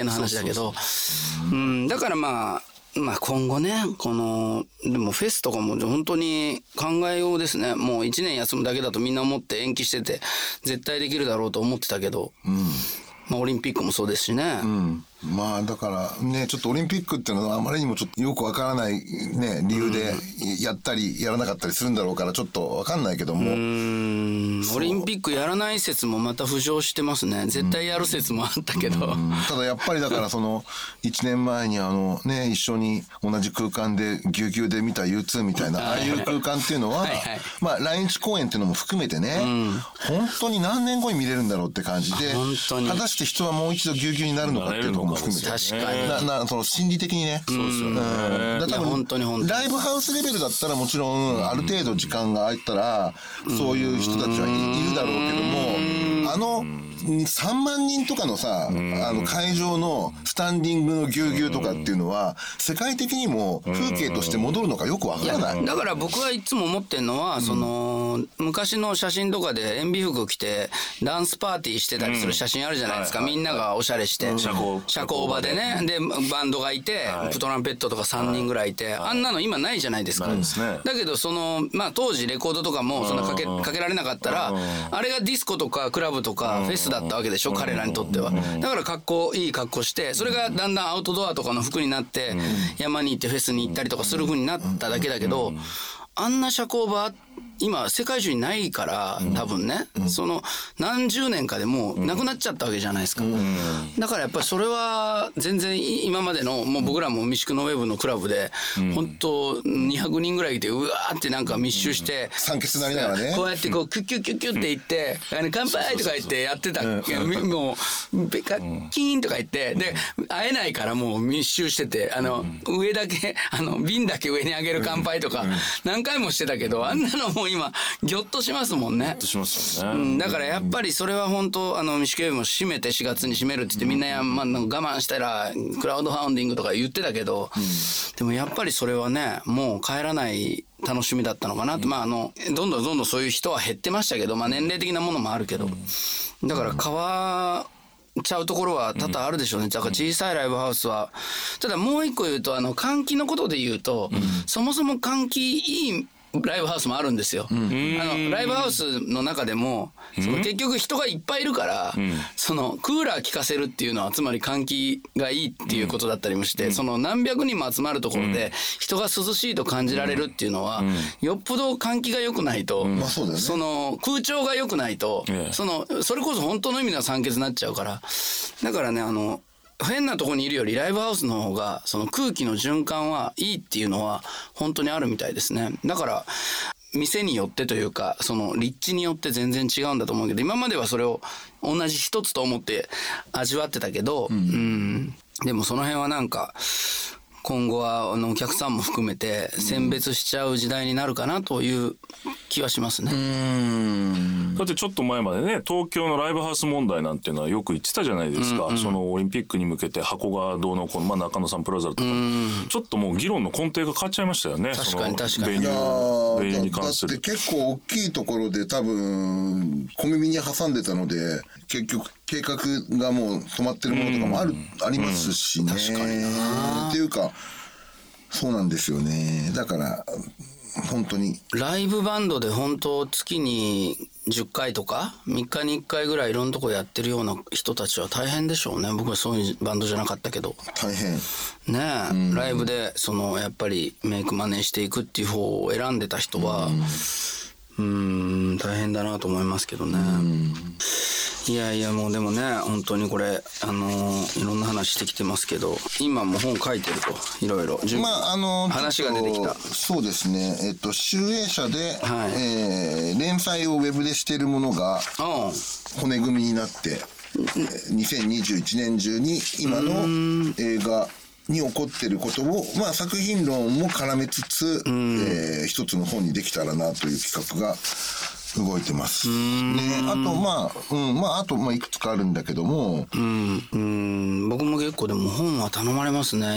B: の話だけど、だからまあ今後ね、でもフェスとかも本当に考えようですね。もう1年休むだけだとみんな思って延期してて、絶対できるだろうと思ってたけど、まあオリンピックもそうですしね。
C: まあだからね、ちょっとオリンピックっていうのはあまりにもちょっとよくわからないね理由でやったりやらなかったりするんだろうから、ちょっとわかんないけども、
B: オリンピックやらない説もまた浮上してますね。絶対やる説もあったけど、
C: ただやっぱりだからその1年前にね一緒に同じ空間でぎゅうぎゅうで見た U2 みたいなああいう空間っていうのはまあ来日公演っていうのも含めてね、本当に何年後に見れるんだろうって感じで、果たして人はもう一度ぎゅうぎゅうになるのかっていうところも含めて、
B: 確かに
C: その心理的にね、そうですよね。だから多分ライブハウスレベルだったらもちろんある程度時間が空いたらそういう人たちはいるだろうけども、3万人とかのさ、会場のスタンディングのぎゅうぎゅうとかっていうのは世界的にも風景として戻るのかよくわからない。
B: だから僕はいつも思ってるのは、その昔の写真とかで塩ビ服着てダンスパーティーしてたりする写真あるじゃないですか。みんながおしゃれして社交場でね、でバンドがいてトランペットとか3人ぐらいいて、あんなの今ないじゃないですか。だけど当時レコードとかもそんなかけられなかったら、あれがディスコとかクラブとかフェスだったわけでしょ、彼らにとっては。だからいい格好して、それがだんだんアウトドアとかの服になって、山に行ってフェスに行ったりとかする風になっただけだけど、あんな社交場今世界中にないから、多分ね、その何十年かでもうなくなっちゃったわけじゃないですか。だからやっぱりそれは全然今までの、もう僕らも三宿のウェブのクラブで本当200人ぐらいいて、うわーってなんか密集して
C: 酸欠になりながらね、
B: こうやってこうキュッキュッキュッキュッって言って乾杯とか言ってやってた。もうキーンとか言って、で会えないからもう密集してて、上だけ瓶だけ上に上げる乾杯とか何回もしてたけど、あんなのもう今ギョッとしますもんね。だからやっぱりそれは本当三宿ウェブも閉めて4月に閉めるって言って、みんな我慢したらクラウドファウンディングとか言ってたけど、でもやっぱりそれはね、もう帰らない楽しみだったのかなと。どんどんそういう人は減ってましたけど、年齢的なものもあるけど、だから変わっちゃうところは多々あるでしょうね。だから小さいライブハウスは、ただもう一個言うと換気のことで言うと、そもそも換気いいライブハウスもあるんですよ。ライブハウスの中でも結局人がいっぱいいるから、そのクーラー効かせるっていうのはつまり換気がいいっていうことだったりもして、その何百人も集まるところで人が涼しいと感じられるっていうのは、よっぽど換気が良くないと、その空調が良くないと、それこそ本当の意味では酸欠になっちゃうから。だからね、変なとこにいるよりライブハウスの方がその空気の循環はいいっていうのは本当にあるみたいですね。だから店によってというか、その立地によって全然違うんだと思うけど、今まではそれを同じ一つと思って味わってたけど、でもその辺はなんか今後はお客さんも含めて選別しちゃう時代になるかなという気はしますね。
D: だってちょっと前までね、東京のライブハウス問題なんていうのはよく言ってたじゃないですか。そのオリンピックに向けて箱がどうのこうの、中野サンプラザとか、ちょっともう議論の根底が変わっちゃいましたよね。
B: 確かに確かに。
D: ベニューに関する。
C: だって結構大きいところで多分小耳に挟んでたので、結局計画がもう止まってるものとかもありますしね。確かにな。っていうかそうなんですよね。だから本当に
B: ライブバンドで本当月に10回とか3日に1回ぐらいいろんなとこやってるような人たちは大変でしょうね。僕はそういうバンドじゃなかったけど
C: 大変
B: ね。ライブでやっぱりメイクマネしていくっていう方を選んでた人は大変だなと思いますけどね。いやいや、もうでもね、本当にこれいろんな話してきてますけど、今も本書いてるといろいろ話が出てきた。
C: そうですね、集英社で、連載をウェブでしているものが骨組みになって2021年中に今の映画に起こっていることを、作品論も絡めつつ、一つの本にできたらなという企画が動いてますね。あとあといくつかあるんだけども、
B: 僕も結構でも本は頼まれますね今。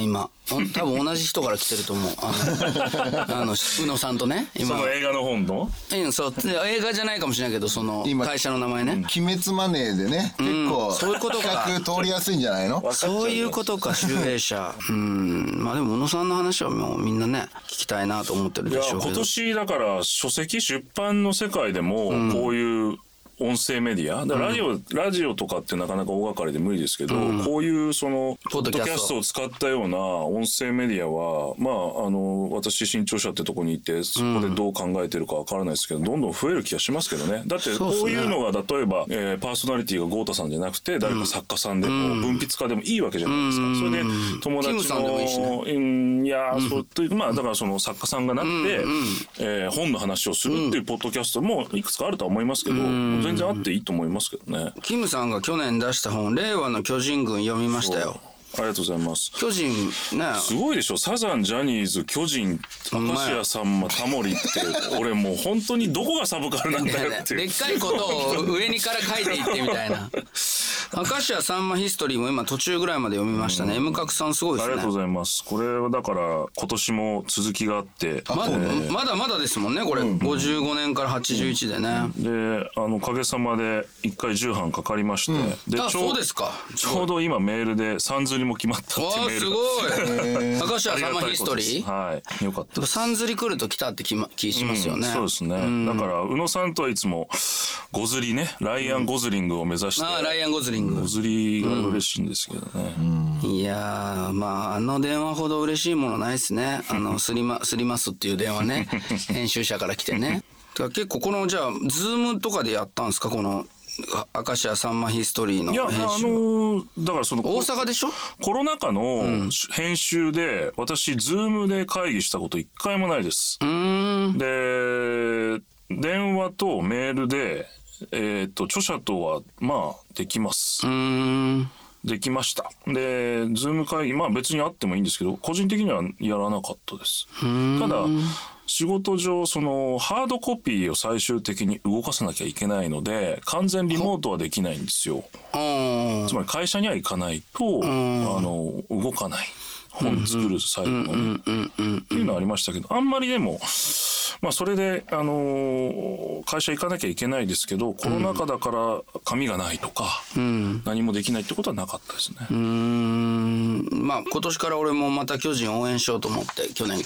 B: 多分同じ人から来てると思う。宇野さんとね、
D: 今その映画の本の、
B: そう映画じゃないかもしれないけど、その会社の名前ね、
C: 鬼滅マネーでね、結構
B: そういうことか、
C: 企画通りやすいんじゃないの。
B: そういうことか、集英社。まあでも宇野さんの話はもうみんなね聞きたいなと思ってるでしょうけど、
D: 今年だから書籍出版の世界でもこういう音声メディアだからラジオとかってなかなか大掛かりで無理ですけど、こういうそのポッドキャストを使ったような音声メディアはまあ私新潮社ってとこにいてそこでどう考えてるかわからないですけど、どんどん増える気がしますけどね。だってこういうのが例えば、パーソナリティが豪太さんじゃなくて誰か作家さんでも文筆家でもいいわけじゃないですか。それで友達のいやそうというまあだからその作家さんがなって本の話をするっていうポッドキャストもいくつかあるとは思いますけど、全然あっていいと思いますけどね。
B: キムさんが去年出した本、令和の巨人軍読みましたよ。
D: ありがとうございます。
B: 巨人ね、
D: すごいでしょ。サザン、ジャニーズ、巨人、明石家さんま、タモリって俺もう本当にどこがサブカルなんだよっていう
B: でっかいことを上にから書いていってみたいな。明石家さんまヒストリーも今途中ぐらいまで読みましたね。M 角さんすごいですね。
D: ありがとうございます。これはだから今年も続きがあって、
B: まだまだですもんねこれ、55年から81でね。
D: でおかげさまで1回10版かかりまして、で
B: そうですか。
D: ちょうど今メールでさんずりも決まったっていうメールが。
B: すごい。明石家さんまヒストリー。
D: はい、よかったです。
B: さんずり来ると来たって気しますよね。
D: そうですね。だから宇野さんとはいつもゴズリね、ライアン・ゴズリングを目指して。
B: ライアン・ゴズリング。
D: ゴズリが嬉しいんですけどね。
B: いやー、まあ電話ほど嬉しいものないですね。すりますっていう電話ね。編集者から来てね。結構このじゃあズームとかでやったんですか、この明石家さんまヒストリーの編集。
D: だからその
B: 大阪でしょ。
D: コロナ禍の編集で私ズームで会議したこと一回もないです。で電話とメールで著者とはまあできます。できました。でズーム会議まあ別にあってもいいんですけど個人的にはやらなかったです。ただ仕事上そのハードコピーを最終的に動かさなきゃいけないので完全リモートはできないんですよ。つまり会社には行かないと動かない。本作る最後のねっていうのはありましたけど、あんまりでもまあそれで会社行かなきゃいけないですけど、コロナ禍だから紙がないとか何もできないってことはなかったですね。
B: まあ今年から俺もまた巨人応援しようと思って、去年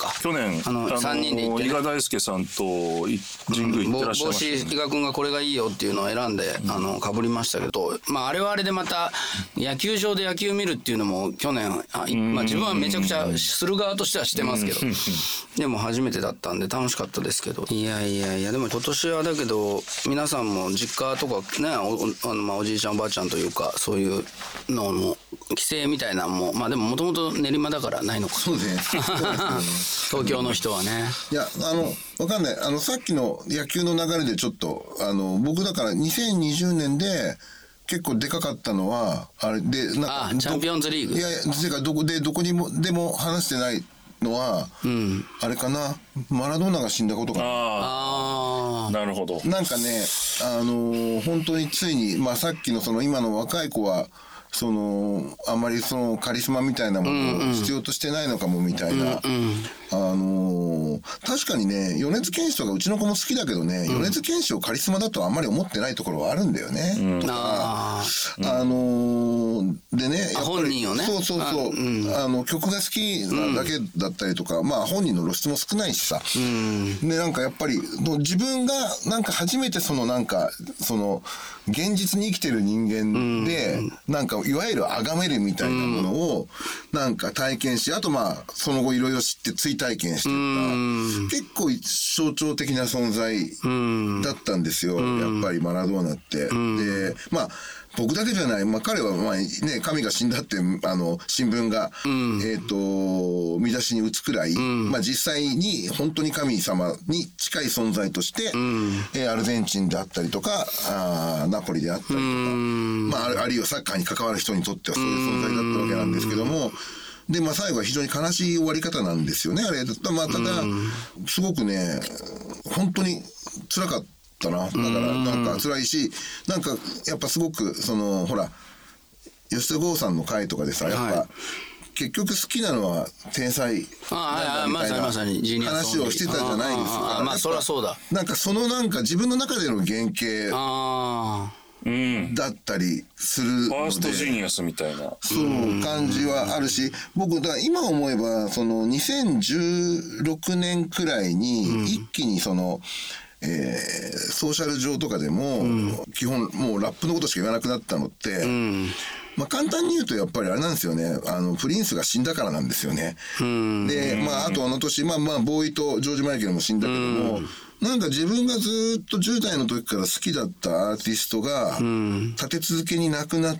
B: 3人で行ってね、
D: 伊賀大輔さんと神宮行ってらっしゃいましたね。
B: 帽子伊賀君がこれがいいよっていうのを選んでかぶりましたけど、まああれはあれでまた野球場で野球見るっていうのも去年まあ自分はめちゃくちゃする側としてはしてますけど、でも初めてだったんで楽しかったですけど、いやでも今年はだけど皆さんも実家とかね、まあおじいちゃんおばあちゃんというかそういうのも帰省みたいなのもまあでももともと練馬だからないのか。
C: そうですね。
B: 東京の人はね。
C: いやわかんない。さっきの野球の流れでちょっと僕だから2020年で結構でかかったのはあれで
B: チャンピオンズリーグ。
C: いやどこにもでも話してないのは、あれかな、マラドーナが死んだことかな。
D: なるほど。
C: なんかね本当についにまあさっきのその今の若い子はあんまりそのカリスマみたいなものを必要としてないのかもみたいな、確かにね米津玄師とかうちの子も好きだけどね、米津玄師をカリスマだとあんまり思ってないところはあるんだよね、とかでねやっぱり
B: 本人をね
C: 曲が好きなだけだったりとか、まあ本人の露出も少ないしさ、でなんかやっぱり自分がなんか初めてなんか現実に生きてる人間で、なんかいわゆる崇めるみたいなものをなんか体験し、あとまあその後いろいろ知って追体験していった結構象徴的な存在だったんですよ、やっぱりマラドーナって。でまあ僕だけじゃない、まあ、彼はまあ、ね、神が死んだって新聞が、見出しに打つくらい、まあ、実際に本当に神様に近い存在として、アルゼンチンであったりとかナポリであったりとか、まあ、あるいはサッカーに関わる人にとってはそういう存在だったわけなんですけども、でまあ、最後は非常に悲しい終わり方なんですよねあれ。まあ、ただすごくね本当に辛かった。だからなんか辛いし、なんかやっぱすごくほら吉田剛さんの回とかでさ、やっぱ結局好きなのは天才なんだみたいな
B: まさにジーニアス
C: 話をしてたじゃないですか。
B: まあそりゃそうだ。
C: なんかそのなんか自分の中での原型だったりするので、
D: ファーストジーニアスみたいな
C: そう感じはあるし、僕だから今思えばその2016年くらいに一気にその、ソーシャル上とかでも、基本もうラップのことしか言わなくなったのって、まあ簡単に言うとやっぱりあれなんですよね、プリンスが死んだからなんですよね。で、まああとあの年、まあボーイとジョージ・マイケルも死んだけども、なんか自分がずっと10代の時から好きだったアーティストが立て続けに亡くなって、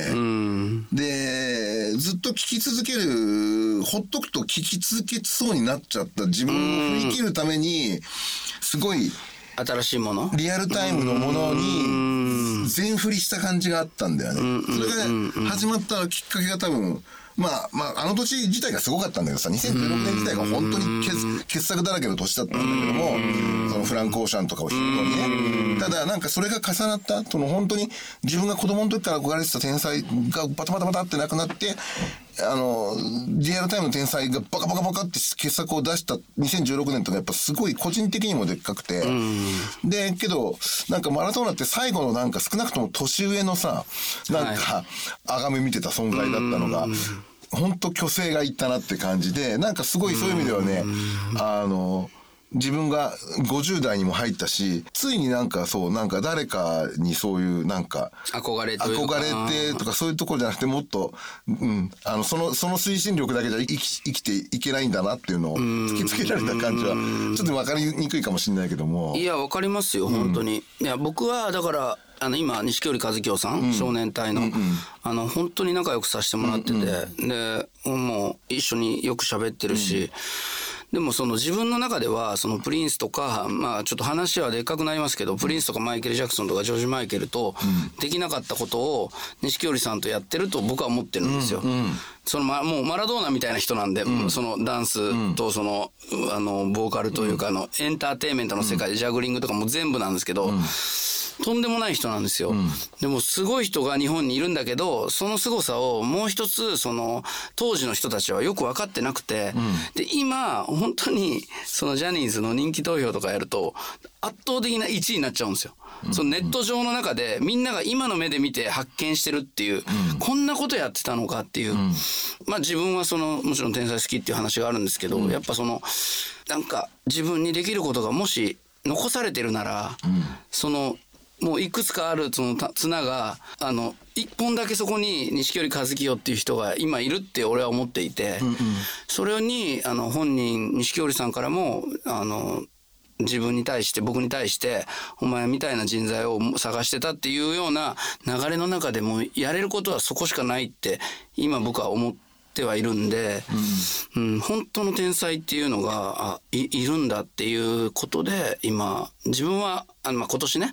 C: でずっと聴き続ける、ほっとくと聴き続けそうになっちゃった自分を振り切るためにすごい
B: 新しいもの、
C: リアルタイムのものに全振りした感じがあったんだよね。それが始まったきっかけが多分まああの年自体がすごかったんだけどさ、2016年自体が本当に傑作だらけの年だったんだけども、そのフランク・オーシャンとかを筆頭にね。ただなんかそれが重なった、その本当に自分が子供の時から憧れてた天才がバタバタバタってなくなって、リアルタイムの天才がバカバカバカって傑作を出した2016年とかやっぱすごい個人的にもでっかくて、でけどなんかマラドーナって最後のなんか少なくとも年上のさ、なんか崇め見てた存在だったのが本当虚勢がいったなって感じで、なんかすごいそういう意味ではね、自分が50代にも入ったし、ついになんかそうなんか誰かにそういうなんか
B: 憧れ
C: てとかそういうところじゃなくて、もっと、その推進力だけじゃ生きていけないんだなっていうのを突きつけられた感じはちょっと分かりにくいかもしれないけども。
B: いや分かりますよ本当に。いや僕はだから今錦織一清さん、少年隊の、本当に仲良くさせてもらってて、でもう一緒によく喋ってるし、でもその自分の中ではそのプリンスとか、まあちょっと話はでっかくなりますけど、プリンスとかマイケル・ジャクソンとかジョージ・マイケルとできなかったことを錦織さんとやってると僕は思ってるんですよ。そのもうマラドーナみたいな人なんで、そのダンスとそのボーカルというかエンターテインメントの世界でジャグリングとかも全部なんですけど、とんでもない人なんですよ。でもすごい人が日本にいるんだけど、その凄さをもう一つその当時の人たちはよく分かってなくて、で今本当にそのジャニーズの人気投票とかやると圧倒的な1位になっちゃうんですよ。そのネット上の中でみんなが今の目で見て発見してるっていう、こんなことやってたのかっていう、まあ自分はそのもちろん天才好きっていう話があるんですけど、やっぱそのなんか自分にできることがもし残されてるなら、そのもういくつかあるその綱が一本だけそこに錦織一清っていう人が今いるって俺は思っていて、それに本人錦織さんからも自分に対して僕に対してお前みたいな人材を探してたっていうような流れの中でもやれることはそこしかないって今僕は思ってはいるんで、本当の天才っていうのがいるんだっていうことで今自分は今年ね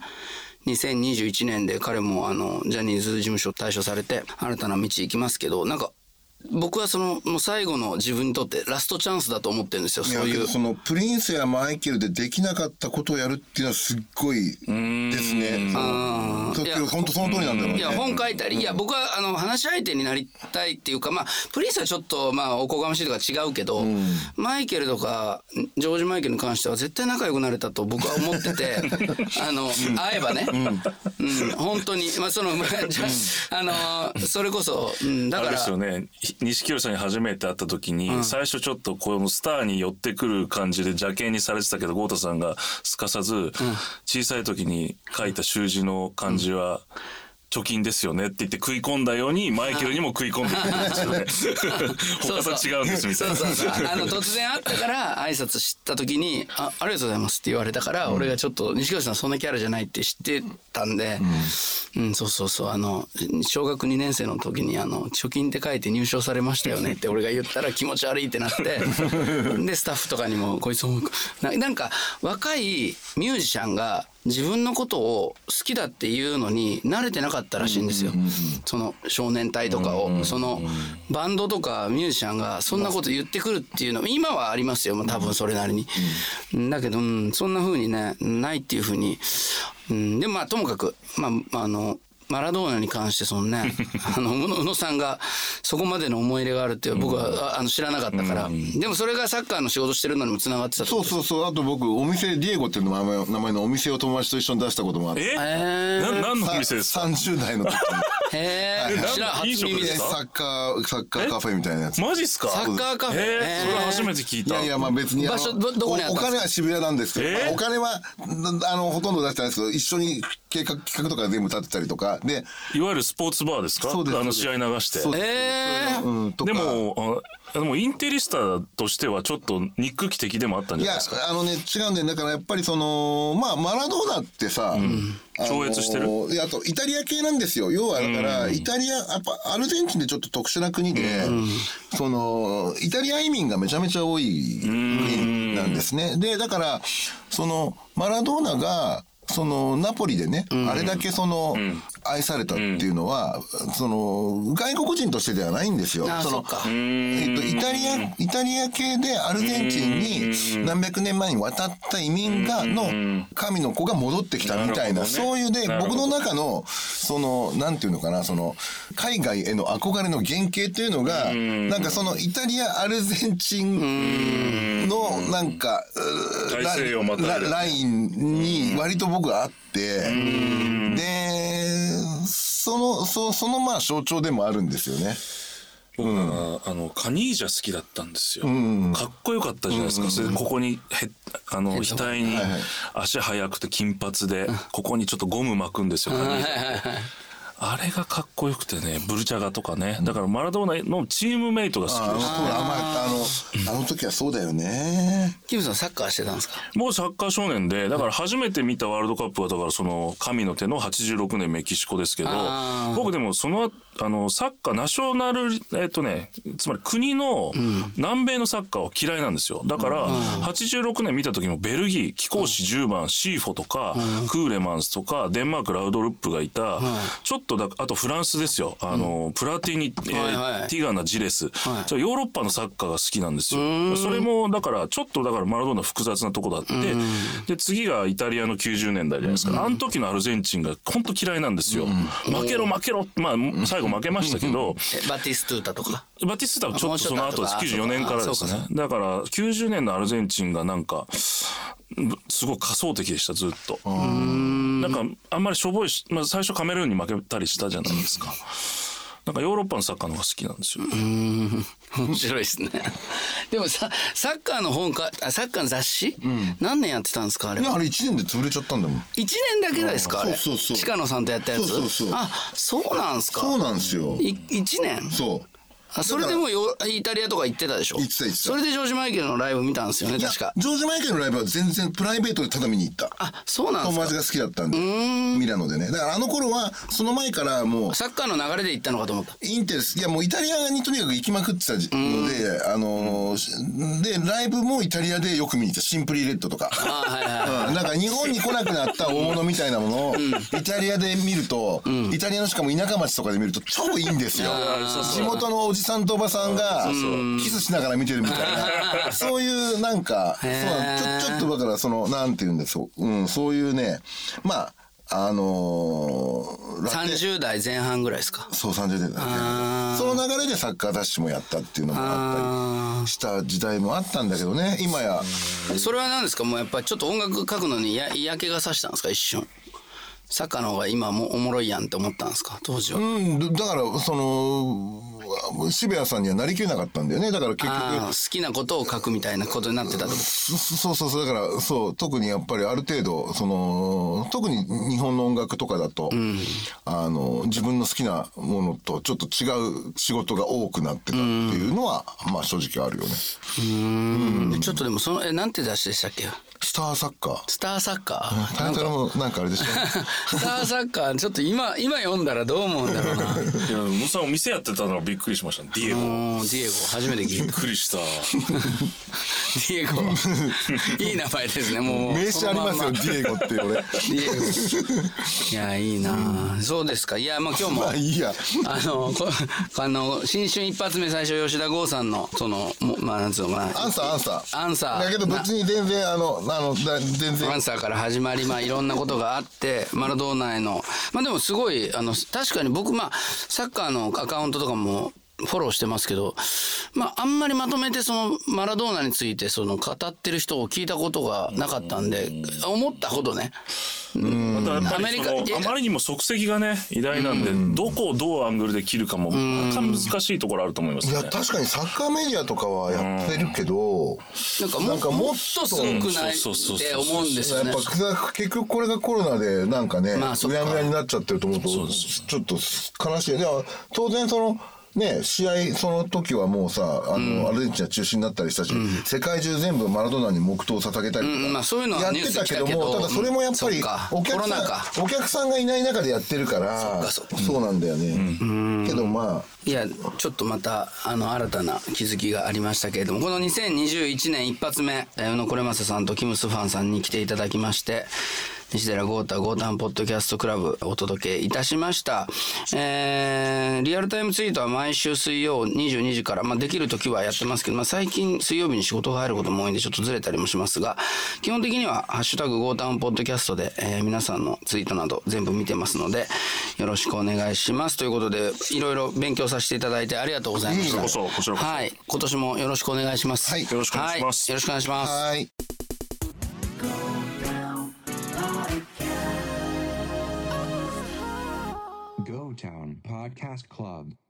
B: 2021年で彼もジャニーズ事務所退所されて新たな道行きますけど、なんか僕はそのもう最後の自分にとってラストチャンスだと思ってるんですよ。そういう
C: そのプリンスやマイケルでできなかったことをやるっていうのはすっごいですね。本当その通りなんだろうね。
B: いや本書いたり、いや僕は話し相手になりたいっていうか、まあプリンスはちょっとまあおこがましいとか違うけど、マイケルとかジョージ・マイケルに関しては絶対仲良くなれたと僕は思ってて会えばね、本当にまあそのそれこそ、だからあれ
D: ですよね。錦織さんに初めて会った時に、最初ちょっとこのスターに寄ってくる感じで邪険にされてたけど、豪太さんがすかさず、小さい時に書いた習字の漢字は貯金ですよねって言って食い込んだようにマイケルにも食い込んでくるんですよね。他と違うんですみたいな。
B: 突然会ったから挨拶した時にありがとうございますって言われたから、俺がちょっと錦織さんそんなキャラじゃないって知ってたんで、そう小学2年生の時に貯金って書いて入賞されましたよねって俺が言ったら気持ち悪いってなってでスタッフとかにもこいつもなんか若いミュージシャンが自分のことを好きだっていうのに慣れてなかったらしいんですよ。その少年隊とかを、そのバンドとかミュージシャンがそんなこと言ってくるっていうの今はありますよ、多分それなりに。だけど、そんな風にねないっていう風に、でまあともかくマラドーナに関してそのね宇野さんがそこまでの思い入れがあるって僕は知らなかったから、でもそれがサッカーの仕事してるのにもつながってたってことですか？
C: そうあと僕お店ディエゴっていう名前のお店を友達と一緒に出したこともあって。
D: 何のお店ですか
C: ？30代の時に
B: 知らん、初耳ですか？
C: サッカーカフェみたいなやつ。
D: マジっすか？
B: サッカーカフェ、
D: それ初めて聞いた。
C: いやまあ別に
B: 場所どこにあったんですか？
C: お金は渋谷なんですけど、お金はほとんど出してないですけど、一緒に企画とか全部立てたりとかで、
D: いわゆるスポーツバーですか？
C: そうです。
D: 試合流して。でもインテリスタとしてはちょっと憎き敵でもあったんじゃないですか？
C: いや違うんだよ。だからやっぱりマラドーナってさ、
D: 超越してる。
C: あとイタリア系なんですよ。要はだからイタリア、やっぱアルゼンチンでちょっと特殊な国で、イタリア移民がめちゃめちゃ多い国なんですね。でだからマラドーナがナポリでね、あれだけ愛されたっていうのは、外国人としてではないんですよ。イタリア系でアルゼンチンに何百年前に渡った移民の神の子が戻ってきたみたいな、そういうで、僕の中のなんていうのかな、海外への憧れの原型っていうのが、なんかイタリアアルゼンチンのなんかラインに割と僕はあって、でそのまあ象徴でもあるんですよね。
D: 僕はカニージャ好きだったんですよ。かっこよかったじゃないですか。それでここに額に足速くて金髪でここにちょっとゴム巻くんですよ。カニージャあれがかっこよくてね、ブルチャガとかね。だからマラドーナのチームメイトが好きでした。
C: あの時はそうだよね。
B: キムさんサッカーしてたんですか？
D: もうサッカー少年で、だから初めて見たワールドカップはだから神の手の86年メキシコですけど、僕でもサッカーナショナルつまり国の南米のサッカーは嫌いなんですよ。だから86年見た時もベルギー貴公子10番シーフォとかクーレマンスとかデンマークラウドルップがいた、ちょっとあとフランスですよ。プラティニ、ティガナ、ジレス、ヨーロッパのサッカーが好きなんですよ。それもだからちょっとマラドーナ複雑なとこだって、で次がイタリアの90年代じゃないですか。あの時のアルゼンチンが本当嫌いなんですよ。負けろまあ最後負けましたけど
B: バティストゥータとか。
D: バティストゥータはちょっとその後です。94年からですね。だから90年のアルゼンチンがなんかすごい仮想的でした。ずっとなんかあんまりしょぼいし、最初カメルーンに負けたりしたじゃないですか。なんかヨーロッパのサッカーの方が好きなんですよ。
B: 面白いですね。でもサッカーの本か、サッカーの雑誌、何年やってたんですか？あれは。
C: あれ1年で潰れちゃったんだもん。
B: 1年だけですか？あれ。
C: そう
B: 近野さんとやったやつ。そうなんですか？
C: そうなんですよ。
B: 1年。
C: そう。
B: それでもイタリアとか行ってたでしょ？
C: 行ってた。
B: それでジョージ・マイケルのライブ見たんですよね、確か。
C: ジョージ・マイケルのライブは全然プライベートでただ見に行った。
B: そうなんですか？
C: 友達が好きだったんで、ミラノでね。だからあの頃はその前からもう
B: サッカーの流れで行ったのかと思った。
C: インテルス、いやもうイタリアにとにかく行きまくってたので、でライブもイタリアでよく見に行った。シンプリレッドとか。なんか日本に来なくなった大物みたいなものをイタリアで見ると、イタリアのしかも田舎町とかで見ると超いいんですよ。地元のおじさんとおばさんがキスしながら見てるみたいな、そういうなんかちょっとだからなんていうんですか、そういうね、まあ
B: 30代前半ぐらいですか？
C: そう30代前半。その流れでサッカー雑誌もやったっていうのもあったりした時代もあったんだけどね。今や
B: それは何ですか？もうやっぱりちょっと音楽書くのに嫌気がさしたんですか？一瞬サッカーの方が今もおもろいやんって思ったんですか？当時は。
C: だから渋谷さんにはなりきれなかったんだよね。だから結局
B: 好きなことを書くみたいなことになってたってこと。
C: そうだから特にやっぱりある程度特に日本の音楽とかだと、自分の好きなものとちょっと違う仕事が多くなってたっていうのはまあ正直あるよね。
B: ちょっとでもなんて雑誌でしたっけ？
C: スターサッカー。
B: スターサッカー。
C: タイトルもなんかあれでしょ。
B: スターサッカーちょっと今読んだらどう思うんだろうな。い
D: や宇野さんお店やってたのはびっくりしましたね。ディエゴ
B: 初めて聞いた。
D: びっくりした。
B: ディエゴいい名前ですね。もう
C: 名刺ありますよ。ディエゴって俺。デ
B: ィエゴ。いやいいな。そうですか。いや今日も
C: まあいいや。
B: 新春一発目最初吉田剛さんのなんつうのかな。
C: アンサー。
B: アンサー。
C: だけど別に全然全然
B: アンサーから始まり、いろんなことがあってマラドーナへのでもすごい確かに僕サッカーのアカウントとかもフォローしてますけど、あんまりまとめてそのマラドーナについて語ってる人を聞いたことがなかったんで、思ったほどね。
D: またやっぱりあまりにも足跡がね偉大なんで、どこをどうアングルで切るかも難しいところあると思いますね。
C: いや確かにサッカーメディアとかはやってるけど、
B: なんかもっとすごくないって思うんですよね。
C: やっぱ結局これがコロナでなんかね、うやむやになっちゃってると思うとちょっと悲しい。では当然試合その時はもうさアルゼンチンは中止になったりしたし、世界中全部マラドーナに黙祷を捧げたりとか
B: そういうのは
C: やってたけども、ただそれもやっぱりお客さんがいない中でやってるからそうなんだよね。けどい
B: やちょっとまた新たな気づきがありましたけれども、この2021年一発目宇野これまささんとキムスファンさんに来ていただきまして、西寺豪太ポッドキャストクラブお届けいたしました。リアルタイムツイートは毎週水曜22時から、できる時はやってますけど、最近水曜日に仕事が入ることも多いんでちょっとずれたりもしますが、基本的にはハッシュタグゴータウンポッドキャストで、皆さんのツイートなど全部見てますのでよろしくお願いしますということで、いろいろ勉強させていただいてありがとうございました。
D: こちらこそ
B: はい、今年もよろしくお願いします。
C: はい、
D: よろしくお願いします。
B: よろしくお願いします。
C: はい。
A: GoTown Podcast Club.